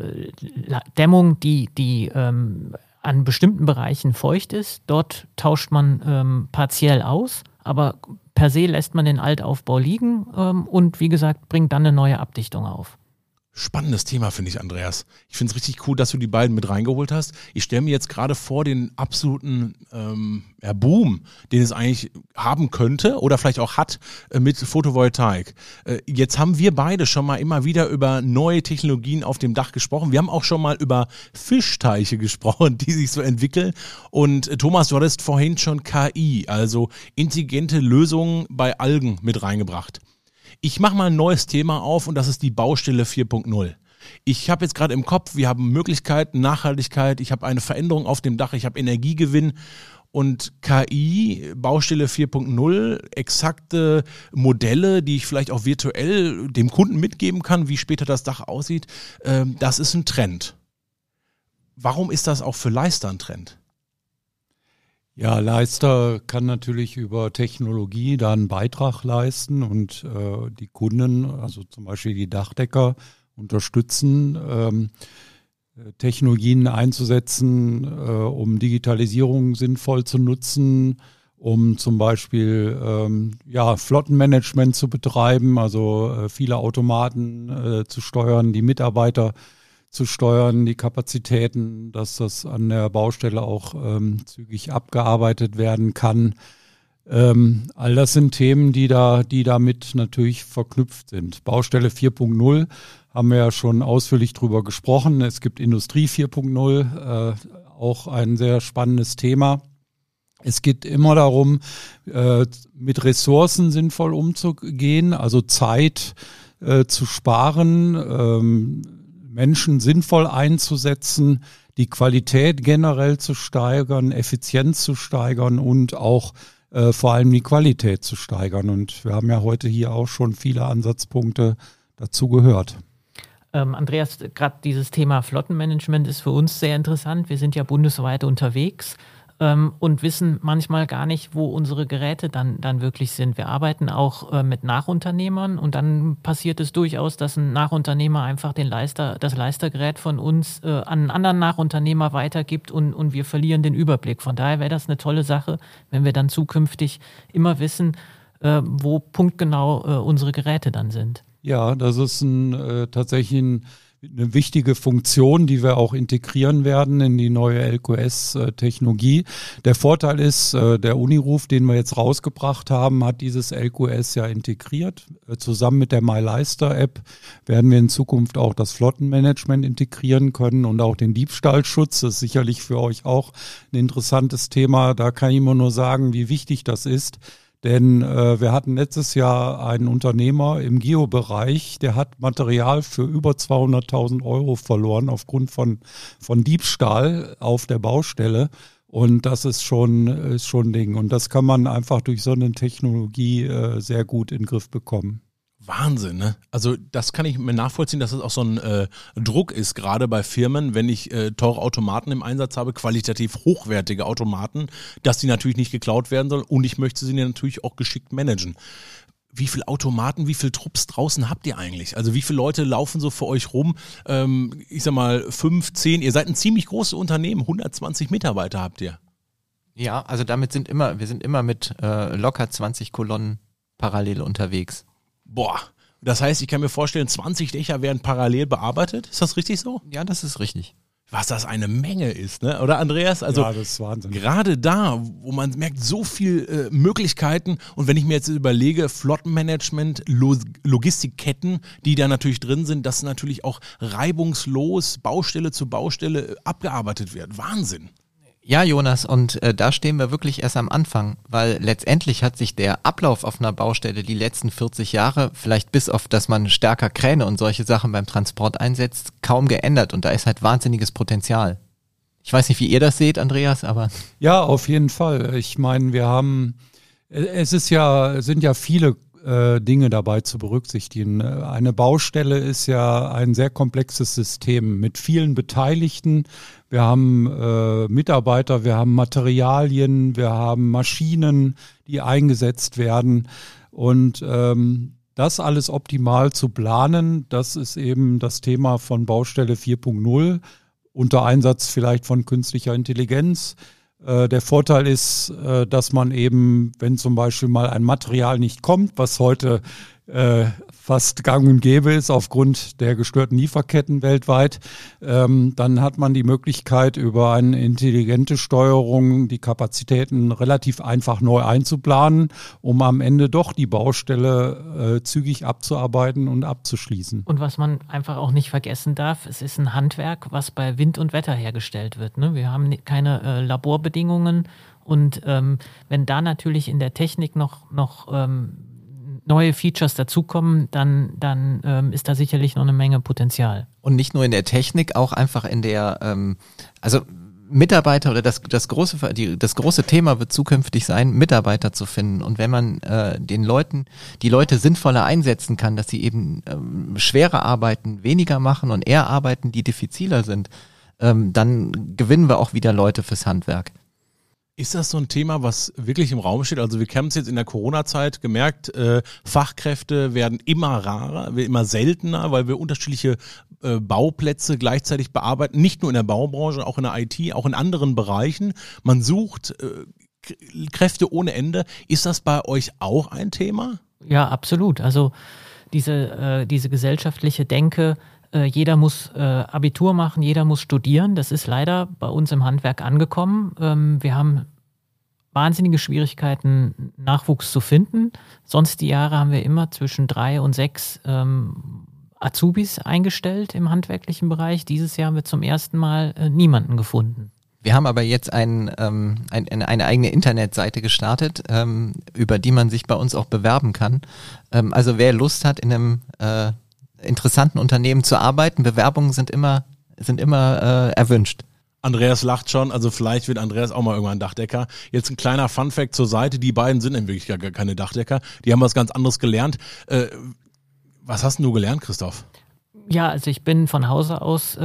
Dämmung, die an bestimmten Bereichen feucht ist. Dort tauscht man partiell aus, aber per se lässt man den Altaufbau liegen und wie gesagt, bringt dann eine neue Abdichtung auf. Spannendes Thema, finde ich, Andreas. Ich finde es richtig cool, dass du die beiden mit reingeholt hast. Ich stelle mir jetzt gerade vor den absoluten Boom, den es eigentlich haben könnte oder vielleicht auch hat mit Photovoltaik. Jetzt haben wir beide schon mal immer wieder über neue Technologien auf dem Dach gesprochen. Wir haben auch schon mal über Fischteiche gesprochen, die sich so entwickeln. Und Thomas, du hattest vorhin schon KI, also intelligente Lösungen bei Algen mit reingebracht. Ich mache mal ein neues Thema auf und das ist die Baustelle 4.0. Ich habe jetzt gerade im Kopf, wir haben Möglichkeiten, Nachhaltigkeit, ich habe eine Veränderung auf dem Dach, ich habe Energiegewinn und KI, Baustelle 4.0, exakte Modelle, die ich vielleicht auch virtuell dem Kunden mitgeben kann, wie später das Dach aussieht, das ist ein Trend. Warum ist das auch für Leister ein Trend? Ja, Leister kann natürlich über Technologie da einen Beitrag leisten und die Kunden, also zum Beispiel die Dachdecker, unterstützen. Technologien einzusetzen, um Digitalisierung sinnvoll zu nutzen, um zum Beispiel Flottenmanagement zu betreiben, also viele Automaten zu steuern, die Mitarbeiter zu steuern, die Kapazitäten, dass das an der Baustelle auch zügig abgearbeitet werden kann. All das sind Themen, die damit natürlich verknüpft sind. Baustelle 4.0 haben wir ja schon ausführlich drüber gesprochen. Es gibt Industrie 4.0, auch ein sehr spannendes Thema. Es geht immer darum, mit Ressourcen sinnvoll umzugehen, also Zeit zu sparen, Menschen sinnvoll einzusetzen, die Qualität generell zu steigern, Effizienz zu steigern und auch vor allem die Qualität zu steigern. Und wir haben ja heute hier auch schon viele Ansatzpunkte dazu gehört. Andreas, gerade dieses Thema Flottenmanagement ist für uns sehr interessant. Wir sind ja bundesweit unterwegs und wissen manchmal gar nicht, wo unsere Geräte dann wirklich sind. Wir arbeiten auch mit Nachunternehmern und dann passiert es durchaus, dass ein Nachunternehmer einfach das Leistergerät von uns an einen anderen Nachunternehmer weitergibt und wir verlieren den Überblick. Von daher wäre das eine tolle Sache, wenn wir dann zukünftig immer wissen, wo punktgenau unsere Geräte dann sind. Ja, das ist tatsächlich eine wichtige Funktion, die wir auch integrieren werden in die neue LQS-Technologie. Der Vorteil ist, der Uniruf, den wir jetzt rausgebracht haben, hat dieses LQS ja integriert. Zusammen mit der MyLeister-App werden wir in Zukunft auch das Flottenmanagement integrieren können und auch den Diebstahlschutz. Das ist sicherlich für euch auch ein interessantes Thema. Da kann ich immer nur sagen, wie wichtig das ist. Denn wir hatten letztes Jahr einen Unternehmer im Geobereich, der hat Material für über 200.000 € verloren aufgrund von Diebstahl auf der Baustelle. Und das ist schon ein Ding. Und das kann man einfach durch so eine Technologie sehr gut in den Griff bekommen. Wahnsinn, ne? Also das kann ich mir nachvollziehen, dass das auch so ein Druck ist, gerade bei Firmen, wenn ich teure Automaten im Einsatz habe, qualitativ hochwertige Automaten, dass die natürlich nicht geklaut werden sollen und ich möchte sie natürlich auch geschickt managen. Wie viele Automaten, wie viele Trupps draußen habt ihr eigentlich? Also wie viele Leute laufen so für euch rum? Ich sag mal 5, 10, ihr seid ein ziemlich großes Unternehmen, 120 Mitarbeiter habt ihr. Ja, also wir sind immer mit locker 20 Kolonnen parallel unterwegs. Boah, das heißt, ich kann mir vorstellen, 20 Dächer werden parallel bearbeitet. Ist das richtig so? Ja, das ist richtig. Was das eine Menge ist, ne? Oder Andreas? Also ja, das ist Wahnsinn. Gerade da, wo man merkt, so viel Möglichkeiten und wenn ich mir jetzt überlege, Flottenmanagement, Logistikketten, die da natürlich drin sind, dass natürlich auch reibungslos Baustelle zu Baustelle abgearbeitet wird. Wahnsinn. Ja, Jonas, und da stehen wir wirklich erst am Anfang, weil letztendlich hat sich der Ablauf auf einer Baustelle die letzten 40 Jahre, vielleicht bis auf, dass man stärker Kräne und solche Sachen beim Transport einsetzt, kaum geändert und da ist halt wahnsinniges Potenzial. Ich weiß nicht, wie ihr das seht, Andreas, aber... Ja, auf jeden Fall. Ich meine, sind ja viele Dinge dabei zu berücksichtigen. Eine Baustelle ist ja ein sehr komplexes System mit vielen Beteiligten. Wir haben Mitarbeiter, wir haben Materialien, wir haben Maschinen, die eingesetzt werden. Und das alles optimal zu planen, das ist eben das Thema von Baustelle 4.0 unter Einsatz vielleicht von künstlicher Intelligenz. Der Vorteil ist, dass man eben, wenn zum Beispiel mal ein Material nicht kommt, was heute fast gang und gäbe ist aufgrund der gestörten Lieferketten weltweit, dann hat man die Möglichkeit, über eine intelligente Steuerung die Kapazitäten relativ einfach neu einzuplanen, um am Ende doch die Baustelle zügig abzuarbeiten und abzuschließen. Und was man einfach auch nicht vergessen darf, es ist ein Handwerk, was bei Wind und Wetter hergestellt wird, ne? Wir haben keine Laborbedingungen und wenn da natürlich in der Technik noch neue Features dazukommen, dann ist da sicherlich noch eine Menge Potenzial. Und nicht nur in der Technik, auch einfach in der, also Mitarbeiter oder das große Thema wird zukünftig sein, Mitarbeiter zu finden. Und wenn man die Leute sinnvoller einsetzen kann, dass sie eben schwere Arbeiten weniger machen und eher Arbeiten, die diffiziler sind, dann gewinnen wir auch wieder Leute fürs Handwerk. Ist das so ein Thema, was wirklich im Raum steht? Also wir haben es jetzt in der Corona-Zeit gemerkt, Fachkräfte werden immer rarer, immer seltener, weil wir unterschiedliche Bauplätze gleichzeitig bearbeiten, nicht nur in der Baubranche, auch in der IT, auch in anderen Bereichen. Man sucht Kräfte ohne Ende. Ist das bei euch auch ein Thema? Ja, absolut. Also diese gesellschaftliche Denke, jeder muss Abitur machen, jeder muss studieren. Das ist leider bei uns im Handwerk angekommen. Wir haben wahnsinnige Schwierigkeiten, Nachwuchs zu finden. Sonst die Jahre haben wir immer zwischen 3 und 6 Azubis eingestellt im handwerklichen Bereich. Dieses Jahr haben wir zum ersten Mal niemanden gefunden. Wir haben aber jetzt eine eigene Internetseite gestartet, über die man sich bei uns auch bewerben kann. Also wer Lust hat, in einem interessanten Unternehmen zu arbeiten, Bewerbungen sind immer erwünscht. Andreas lacht schon, also vielleicht wird Andreas auch mal irgendwann Dachdecker. Jetzt ein kleiner Funfact zur Seite, die beiden sind in Wirklichkeit gar keine Dachdecker, die haben was ganz anderes gelernt. Was hast denn du gelernt, Christoph? Ja, also ich bin von Hause aus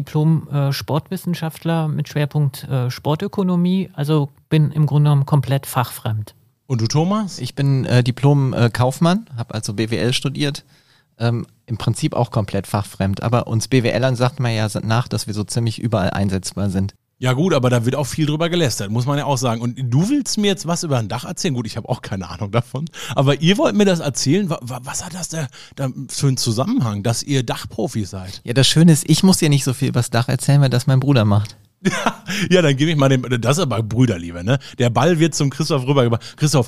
Diplom-Sportwissenschaftler mit Schwerpunkt Sportökonomie, also bin im Grunde genommen komplett fachfremd. Und du, Thomas? Ich bin Diplom-Kaufmann, habe also BWL studiert. Im Prinzip auch komplett fachfremd, aber uns BWLern sagt man ja nach, dass wir so ziemlich überall einsetzbar sind. Ja gut, aber da wird auch viel drüber gelästert, muss man ja auch sagen. Und du willst mir jetzt was über ein Dach erzählen? Gut, ich habe auch keine Ahnung davon. Aber ihr wollt mir das erzählen? Was hat das da für einen Zusammenhang, dass ihr Dachprofis seid? Ja, das Schöne ist, ich muss dir nicht so viel über das Dach erzählen, weil das mein Bruder macht. Ja, dann gebe ich mal das ist aber Brüderliebe, ne? Der Ball wird zum Christoph rübergebracht. Christoph,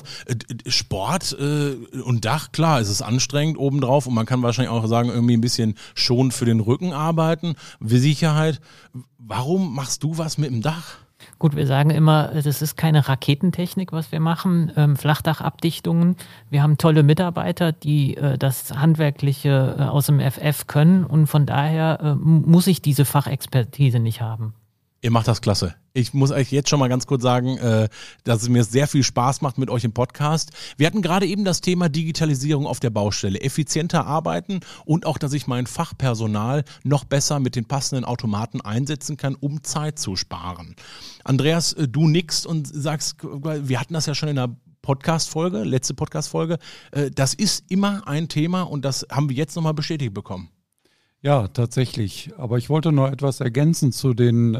Sport und Dach, klar, es ist anstrengend obendrauf und man kann wahrscheinlich auch sagen, irgendwie ein bisschen schonend für den Rücken arbeiten, für Sicherheit. Warum machst du was mit dem Dach? Gut, wir sagen immer, das ist keine Raketentechnik, was wir machen, Flachdachabdichtungen. Wir haben tolle Mitarbeiter, die das Handwerkliche aus dem FF können und von daher muss ich diese Fachexpertise nicht haben. Ihr macht das klasse. Ich muss euch jetzt schon mal ganz kurz sagen, dass es mir sehr viel Spaß macht mit euch im Podcast. Wir hatten gerade eben das Thema Digitalisierung auf der Baustelle, effizienter arbeiten und auch, dass ich mein Fachpersonal noch besser mit den passenden Automaten einsetzen kann, um Zeit zu sparen. Andreas, du nickst und sagst, wir hatten das ja schon in der letzte Podcast-Folge, das ist immer ein Thema und das haben wir jetzt nochmal bestätigt bekommen. Ja, tatsächlich. Aber ich wollte noch etwas ergänzen zu dem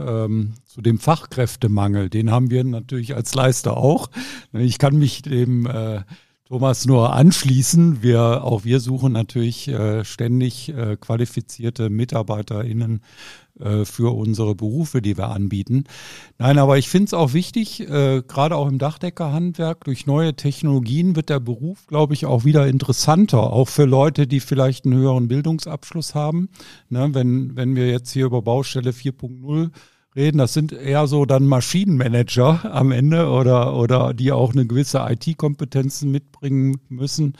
Fachkräftemangel. Den haben wir natürlich als Leister auch. Ich kann mich dem Thomas nur anschließen. Auch wir suchen natürlich ständig qualifizierte MitarbeiterInnen für unsere Berufe, die wir anbieten. Nein, aber ich finde es auch wichtig, gerade auch im Dachdeckerhandwerk, durch neue Technologien wird der Beruf, glaube ich, auch wieder interessanter, auch für Leute, die vielleicht einen höheren Bildungsabschluss haben. Ne, wenn wir jetzt hier über Baustelle 4.0 reden, das sind eher so dann Maschinenmanager am Ende oder die auch eine gewisse IT-Kompetenzen mitbringen müssen.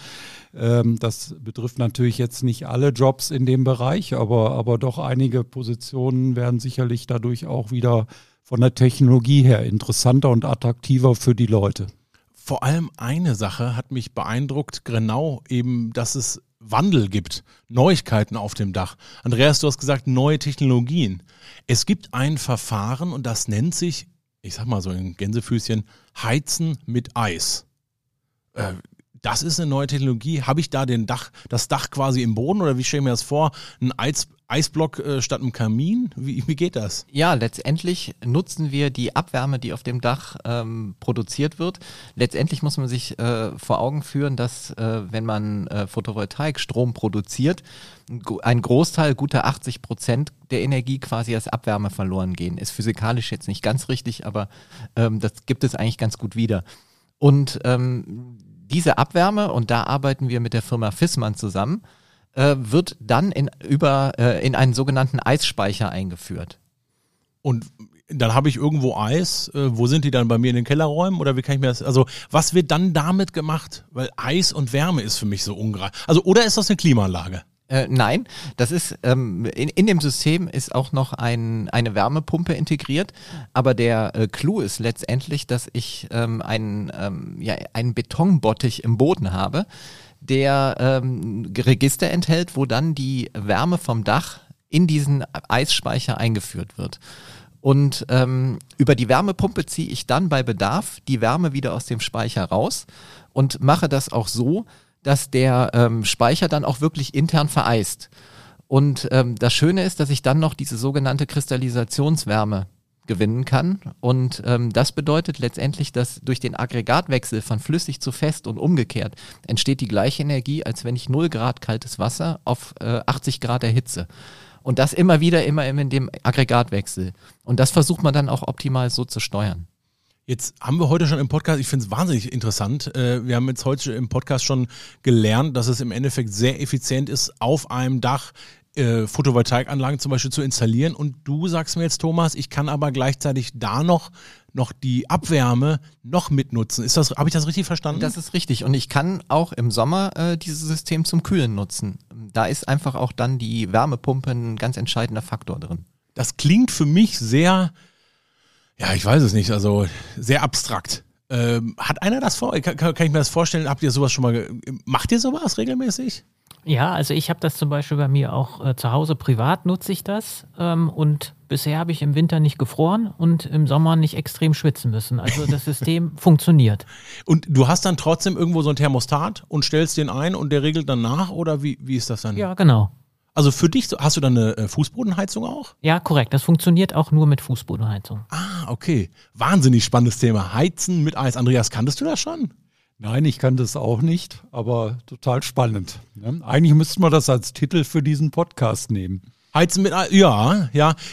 Das betrifft natürlich jetzt nicht alle Jobs in dem Bereich, aber doch einige Positionen werden sicherlich dadurch auch wieder von der Technologie her interessanter und attraktiver für die Leute. Vor allem eine Sache hat mich beeindruckt, genau eben, dass es Wandel gibt, Neuigkeiten auf dem Dach. Andreas, du hast gesagt, neue Technologien. Es gibt ein Verfahren und das nennt sich, ich sag mal so in Gänsefüßchen, Heizen mit Eis. Das ist eine neue Technologie. Habe ich da das Dach quasi im Boden oder wie stelle ich mir das vor? Ein Eisblock statt einem Kamin? Wie geht das? Ja, letztendlich nutzen wir die Abwärme, die auf dem Dach produziert wird. Letztendlich muss man sich vor Augen führen, dass wenn man Photovoltaikstrom produziert, ein Großteil, gute 80% der Energie quasi als Abwärme verloren gehen. Ist physikalisch jetzt nicht ganz richtig, aber das gibt es eigentlich ganz gut wieder. Und diese Abwärme, und da arbeiten wir mit der Firma Fissmann zusammen, wird dann in einen sogenannten Eisspeicher eingeführt. Und dann habe ich irgendwo Eis. Wo sind die dann bei mir in den Kellerräumen? Oder wie kann ich mir das, also was wird dann damit gemacht? Weil Eis und Wärme ist für mich so ungreifbar. Also, oder ist das eine Klimaanlage? Nein, das ist in dem System ist auch noch eine Wärmepumpe integriert, aber der Clou ist letztendlich, dass ich einen Betonbottich im Boden habe, der Register enthält, wo dann die Wärme vom Dach in diesen Eisspeicher eingeführt wird. Und über die Wärmepumpe ziehe ich dann bei Bedarf die Wärme wieder aus dem Speicher raus und mache das auch so, dass der Speicher dann auch wirklich intern vereist. Und das Schöne ist, dass ich dann noch diese sogenannte Kristallisationswärme gewinnen kann. Und das bedeutet letztendlich, dass durch den Aggregatwechsel von flüssig zu fest und umgekehrt entsteht die gleiche Energie, als wenn ich 0 Grad kaltes Wasser auf 80 Grad erhitze. Und das immer in dem Aggregatwechsel. Und das versucht man dann auch optimal so zu steuern. Jetzt haben wir heute schon im Podcast, ich finde es wahnsinnig interessant, wir haben jetzt heute im Podcast schon gelernt, dass es im Endeffekt sehr effizient ist, auf einem Dach Photovoltaikanlagen zum Beispiel zu installieren. Und du sagst mir jetzt, Thomas, ich kann aber gleichzeitig da noch die Abwärme noch mitnutzen. Habe ich das richtig verstanden? Das ist richtig. Und ich kann auch im Sommer dieses System zum Kühlen nutzen. Da ist einfach auch dann die Wärmepumpe ein ganz entscheidender Faktor drin. Das klingt für mich sehr, ja, ich weiß es nicht, also sehr abstrakt. Hat einer das vor? Kann ich mir das vorstellen? Habt ihr sowas schon mal, macht ihr sowas regelmäßig? Ja, also ich habe das zum Beispiel bei mir auch zu Hause privat nutze ich das und bisher habe ich im Winter nicht gefroren und im Sommer nicht extrem schwitzen müssen. Also das System funktioniert. Und du hast dann trotzdem irgendwo so ein Thermostat und stellst den ein und der regelt dann nach oder wie ist das dann? Ja, genau. Also für dich, hast du dann eine Fußbodenheizung auch? Ja, korrekt. Das funktioniert auch nur mit Fußbodenheizung. Ah, okay. Wahnsinnig spannendes Thema. Heizen mit Eis. Andreas, kanntest du das schon? Nein, ich kann das auch nicht, aber total spannend. Eigentlich müssten wir das als Titel für diesen Podcast nehmen. Heizen mit, ja.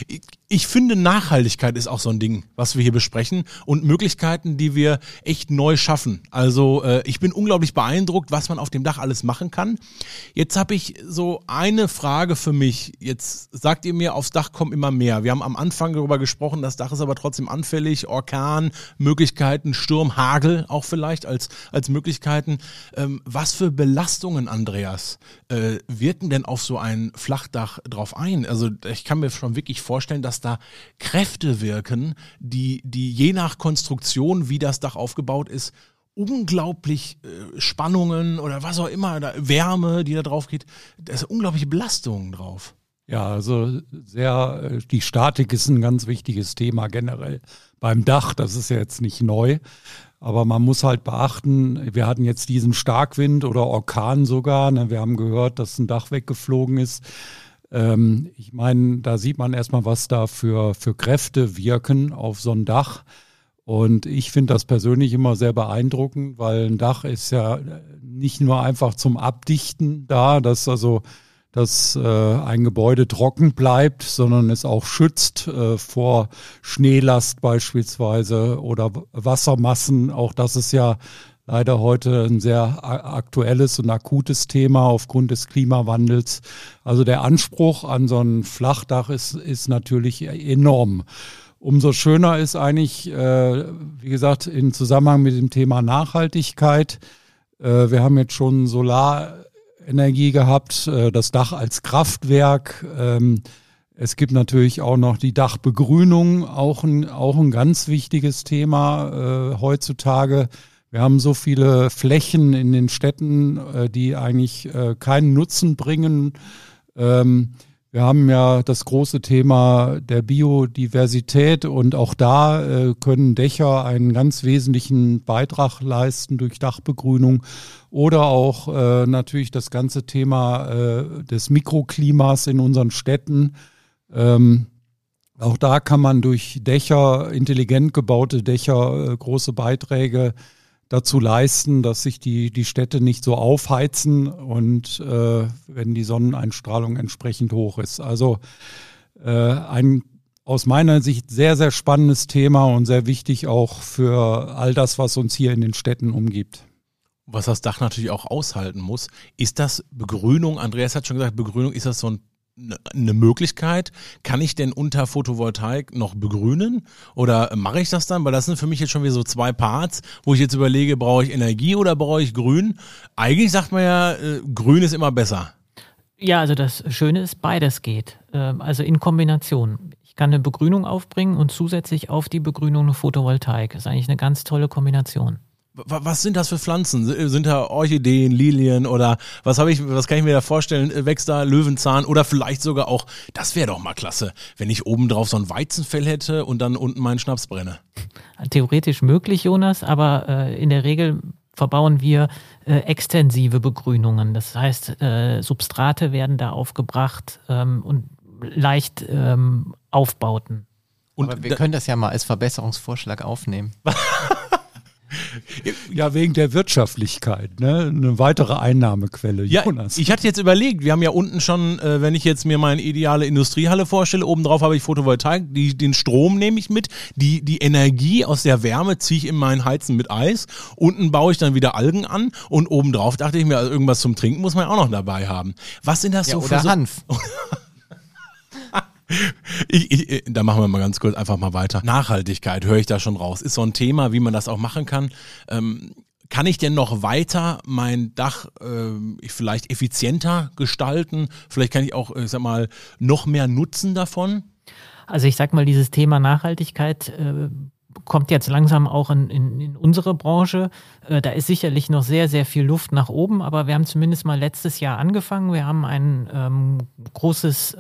Ich finde, Nachhaltigkeit ist auch so ein Ding, was wir hier besprechen und Möglichkeiten, die wir echt neu schaffen. Also ich bin unglaublich beeindruckt, was man auf dem Dach alles machen kann. Jetzt habe ich so eine Frage für mich. Jetzt sagt ihr mir, aufs Dach kommen immer mehr. Wir haben am Anfang darüber gesprochen, das Dach ist aber trotzdem anfällig. Orkan, Möglichkeiten, Sturm, Hagel auch vielleicht als Möglichkeiten. Was für Belastungen, Andreas, wirken denn auf so ein Flachdach drauf ein? Also ich kann mir schon wirklich vorstellen, dass da Kräfte wirken, die je nach Konstruktion, wie das Dach aufgebaut ist, unglaublich Spannungen oder was auch immer, Wärme, die da drauf geht, da ist unglaubliche Belastungen drauf. Ja, also die Statik ist ein ganz wichtiges Thema generell beim Dach, das ist ja jetzt nicht neu, aber man muss halt beachten, wir hatten jetzt diesen Starkwind oder Orkan sogar, wir haben gehört, dass ein Dach weggeflogen ist. Ich meine, da sieht man erstmal, was da für Kräfte wirken auf so ein Dach. Und ich finde das persönlich immer sehr beeindruckend, weil ein Dach ist ja nicht nur einfach zum Abdichten da, dass ein Gebäude trocken bleibt, sondern es auch schützt vor Schneelast beispielsweise oder Wassermassen. Auch das ist ja leider heute ein sehr aktuelles und akutes Thema aufgrund des Klimawandels. Also der Anspruch an so ein Flachdach ist natürlich enorm. Umso schöner ist eigentlich, wie gesagt, im Zusammenhang mit dem Thema Nachhaltigkeit. Wir haben jetzt schon Solarenergie gehabt, das Dach als Kraftwerk. Es gibt natürlich auch noch die Dachbegrünung, auch ein ganz wichtiges Thema heutzutage. Wir haben so viele Flächen in den Städten, die eigentlich keinen Nutzen bringen. Wir haben ja das große Thema der Biodiversität und auch da können Dächer einen ganz wesentlichen Beitrag leisten durch Dachbegrünung oder auch natürlich das ganze Thema des Mikroklimas in unseren Städten. Auch da kann man durch Dächer, intelligent gebaute Dächer, große Beiträge dazu leisten, dass sich die Städte nicht so aufheizen und wenn die Sonneneinstrahlung entsprechend hoch ist. Also ein aus meiner Sicht sehr, sehr spannendes Thema und sehr wichtig auch für all das, was uns hier in den Städten umgibt. Was das Dach natürlich auch aushalten muss, ist das Begrünung, Andreas hat schon gesagt, Begrünung, ist das so eine Möglichkeit? Kann ich denn unter Photovoltaik noch begrünen oder mache ich das dann? Weil das sind für mich jetzt schon wieder so zwei Parts, wo ich jetzt überlege, brauche ich Energie oder brauche ich Grün? Eigentlich sagt man ja, Grün ist immer besser. Ja, also das Schöne ist, beides geht. Also in Kombination. Ich kann eine Begrünung aufbringen und zusätzlich auf die Begrünung eine Photovoltaik. Das ist eigentlich eine ganz tolle Kombination. Was sind das für Pflanzen? Sind da Orchideen, Lilien oder was kann ich mir da vorstellen? Wächst da Löwenzahn oder vielleicht sogar auch, das wäre doch mal klasse, wenn ich oben drauf so ein Weizenfell hätte und dann unten meinen Schnaps brenne. Theoretisch möglich, Jonas, aber in der Regel verbauen wir extensive Begrünungen. Das heißt, Substrate werden da aufgebracht und leicht Aufbauten. Aber wir können das ja mal als Verbesserungsvorschlag aufnehmen. Ja, wegen der Wirtschaftlichkeit, ne? Eine weitere Einnahmequelle, Jonas. Ja, ich hatte jetzt überlegt, wir haben ja unten schon, wenn ich jetzt mir meine ideale Industriehalle vorstelle, obendrauf habe ich Photovoltaik, den Strom nehme ich mit, die Energie aus der Wärme ziehe ich in mein Heizen mit Eis, unten baue ich dann wieder Algen an und obendrauf dachte ich mir, also irgendwas zum Trinken muss man ja auch noch dabei haben. Was sind das Ja, so oder für Hanf. Da machen wir mal ganz kurz einfach mal weiter. Nachhaltigkeit höre ich da schon raus. Ist so ein Thema, wie man das auch machen kann. Kann ich denn noch weiter mein Dach vielleicht effizienter gestalten? Vielleicht kann ich auch, ich sag mal, noch mehr nutzen davon? Also ich sag mal, dieses Thema Nachhaltigkeit kommt jetzt langsam auch in unsere Branche. Da ist sicherlich noch sehr, sehr viel Luft nach oben, aber wir haben zumindest mal letztes Jahr angefangen. Wir haben ein großes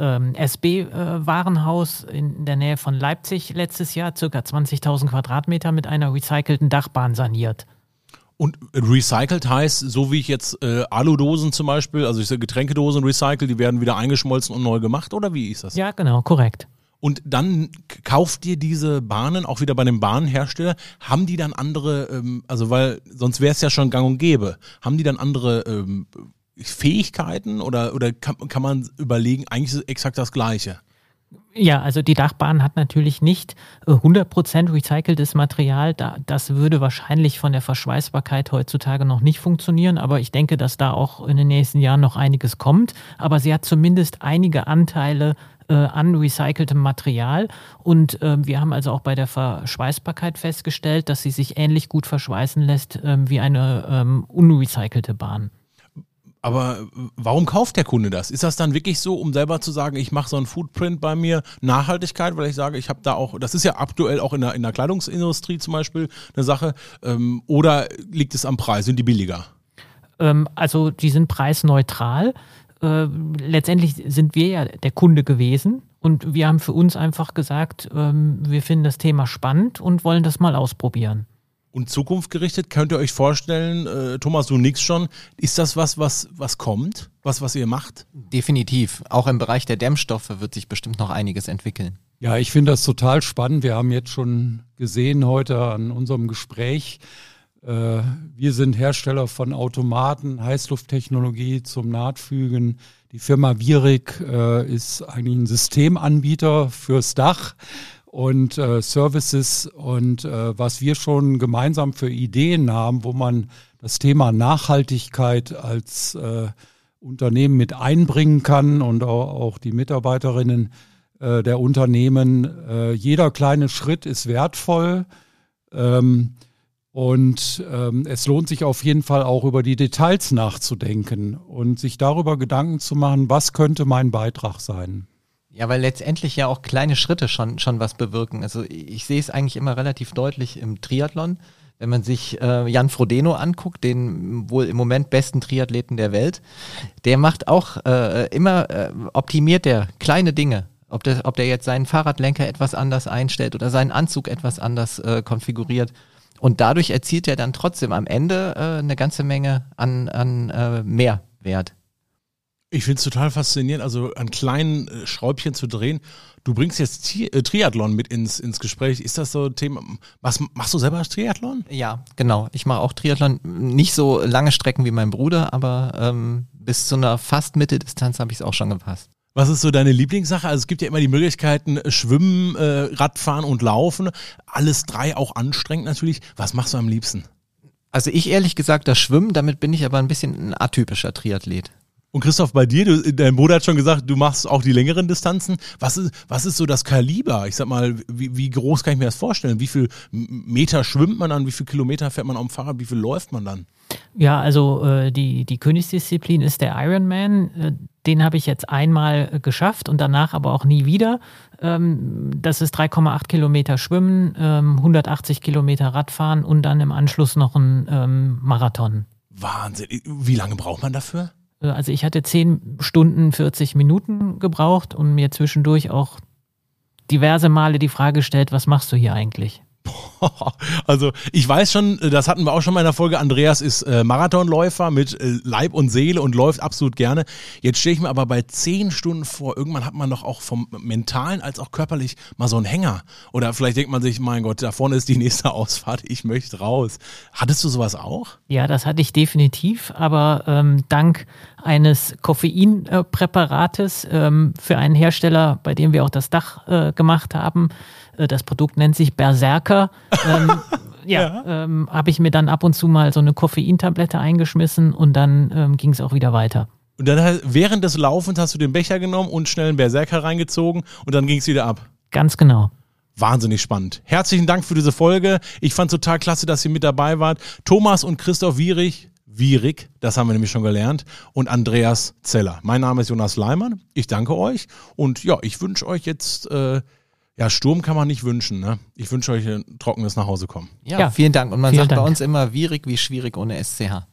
SB-Warenhaus in der Nähe von Leipzig letztes Jahr, circa 20.000 Quadratmeter mit einer recycelten Dachbahn saniert. Und recycelt heißt, so wie ich jetzt Aludosen zum Beispiel, also ich sage Getränkedosen recycelt, die werden wieder eingeschmolzen und neu gemacht, oder wie ist das? Ja, genau, korrekt. Und dann kauft ihr diese Bahnen auch wieder bei dem Bahnhersteller. Haben die dann andere, also weil sonst wäre es ja schon gang und gäbe, haben die dann andere Fähigkeiten oder kann man überlegen, eigentlich ist es exakt das Gleiche? Ja, also die Dachbahn hat natürlich nicht 100% recyceltes Material. Das würde wahrscheinlich von der Verschweißbarkeit heutzutage noch nicht funktionieren, aber ich denke, dass da auch in den nächsten Jahren noch einiges kommt. Aber sie hat zumindest einige Anteile an recyceltem Material und wir haben also auch bei der Verschweißbarkeit festgestellt, dass sie sich ähnlich gut verschweißen lässt wie eine unrecycelte Bahn. Aber warum kauft der Kunde das? Ist das dann wirklich so, um selber zu sagen, ich mache so einen Footprint bei mir, Nachhaltigkeit, weil ich sage, ich habe da auch, das ist ja aktuell auch in der Kleidungsindustrie zum Beispiel eine Sache, oder liegt es am Preis, sind die billiger? Also die sind preisneutral. Letztendlich sind wir ja der Kunde gewesen und wir haben für uns einfach gesagt, wir finden das Thema spannend und wollen das mal ausprobieren. Und zukunftsgerichtet, könnt ihr euch vorstellen, Thomas, du nix schon, ist das was kommt, was ihr macht? Definitiv. Auch im Bereich der Dämmstoffe wird sich bestimmt noch einiges entwickeln. Ja, ich finde das total spannend. Wir haben jetzt schon gesehen heute an unserem Gespräch, wir sind Hersteller von Automaten, Heißlufttechnologie zum Nahtfügen. Die Firma Virik ist eigentlich ein Systemanbieter fürs Dach und Services und was wir schon gemeinsam für Ideen haben, wo man das Thema Nachhaltigkeit als Unternehmen mit einbringen kann und auch die Mitarbeiterinnen der Unternehmen. Jeder kleine Schritt ist wertvoll. Und es lohnt sich auf jeden Fall auch über die Details nachzudenken und sich darüber Gedanken zu machen, was könnte mein Beitrag sein. Ja, weil letztendlich ja auch kleine Schritte schon was bewirken. Also ich sehe es eigentlich immer relativ deutlich im Triathlon. Wenn man sich Jan Frodeno anguckt, den wohl im Moment besten Triathleten der Welt, der macht auch optimiert der kleine Dinge. Ob der jetzt seinen Fahrradlenker etwas anders einstellt oder seinen Anzug etwas anders konfiguriert. Und dadurch erzielt er dann trotzdem am Ende eine ganze Menge an Mehrwert. Ich finde es total faszinierend, also an kleinen Schräubchen zu drehen. Du bringst jetzt Triathlon mit ins Gespräch. Ist das so ein Thema? Was machst du selber Triathlon? Ja, genau. Ich mache auch Triathlon. Nicht so lange Strecken wie mein Bruder, aber bis zu einer fast Mitteldistanz habe ich es auch schon gepasst. Was ist so deine Lieblingssache? Also es gibt ja immer die Möglichkeiten, Schwimmen, Radfahren und Laufen. Alles drei auch anstrengend natürlich. Was machst du am liebsten? Also ich ehrlich gesagt das Schwimmen, damit bin ich aber ein bisschen ein atypischer Triathlet. Und Christoph, bei dir, dein Bruder hat schon gesagt, du machst auch die längeren Distanzen. Was ist so das Kaliber? Ich sag mal, wie groß kann ich mir das vorstellen? Wie viel Meter schwimmt man dann? Wie viel Kilometer fährt man auf dem Fahrrad? Wie viel läuft man dann? Ja, also die Königsdisziplin ist der Ironman. Den habe ich jetzt einmal geschafft und danach aber auch nie wieder. Das ist 3,8 Kilometer Schwimmen, 180 Kilometer Radfahren und dann im Anschluss noch ein Marathon. Wahnsinn. Wie lange braucht man dafür? Also ich hatte 10 Stunden 40 Minuten gebraucht und mir zwischendurch auch diverse Male die Frage gestellt, was machst du hier eigentlich? Also ich weiß schon, das hatten wir auch schon mal in der Folge, Andreas ist Marathonläufer mit Leib und Seele und läuft absolut gerne. Jetzt stehe ich mir aber bei 10 Stunden vor, irgendwann hat man doch auch vom Mentalen als auch körperlich mal so einen Hänger. Oder vielleicht denkt man sich, mein Gott, da vorne ist die nächste Ausfahrt, ich möchte raus. Hattest du sowas auch? Ja, das hatte ich definitiv, aber dank eines Koffeinpräparates für einen Hersteller, bei dem wir auch das Dach gemacht haben, das Produkt nennt sich Berserker. Habe ich mir dann ab und zu mal so eine Koffeintablette eingeschmissen und dann ging es auch wieder weiter. Und dann während des Laufens hast du den Becher genommen und schnell einen Berserker reingezogen und dann ging es wieder ab. Ganz genau. Wahnsinnig spannend. Herzlichen Dank für diese Folge. Ich fand total klasse, dass ihr mit dabei wart. Thomas und Christoph Wierig, das haben wir nämlich schon gelernt, und Andreas Zeller. Mein Name ist Jonas Leimann. Ich danke euch und ja, ich wünsche euch jetzt... Sturm kann man nicht wünschen, ne? Ich wünsche euch ein trockenes Nachhausekommen. Ja, vielen Dank. Und man sagt bei uns immer, Wierig wie schwierig ohne SCH.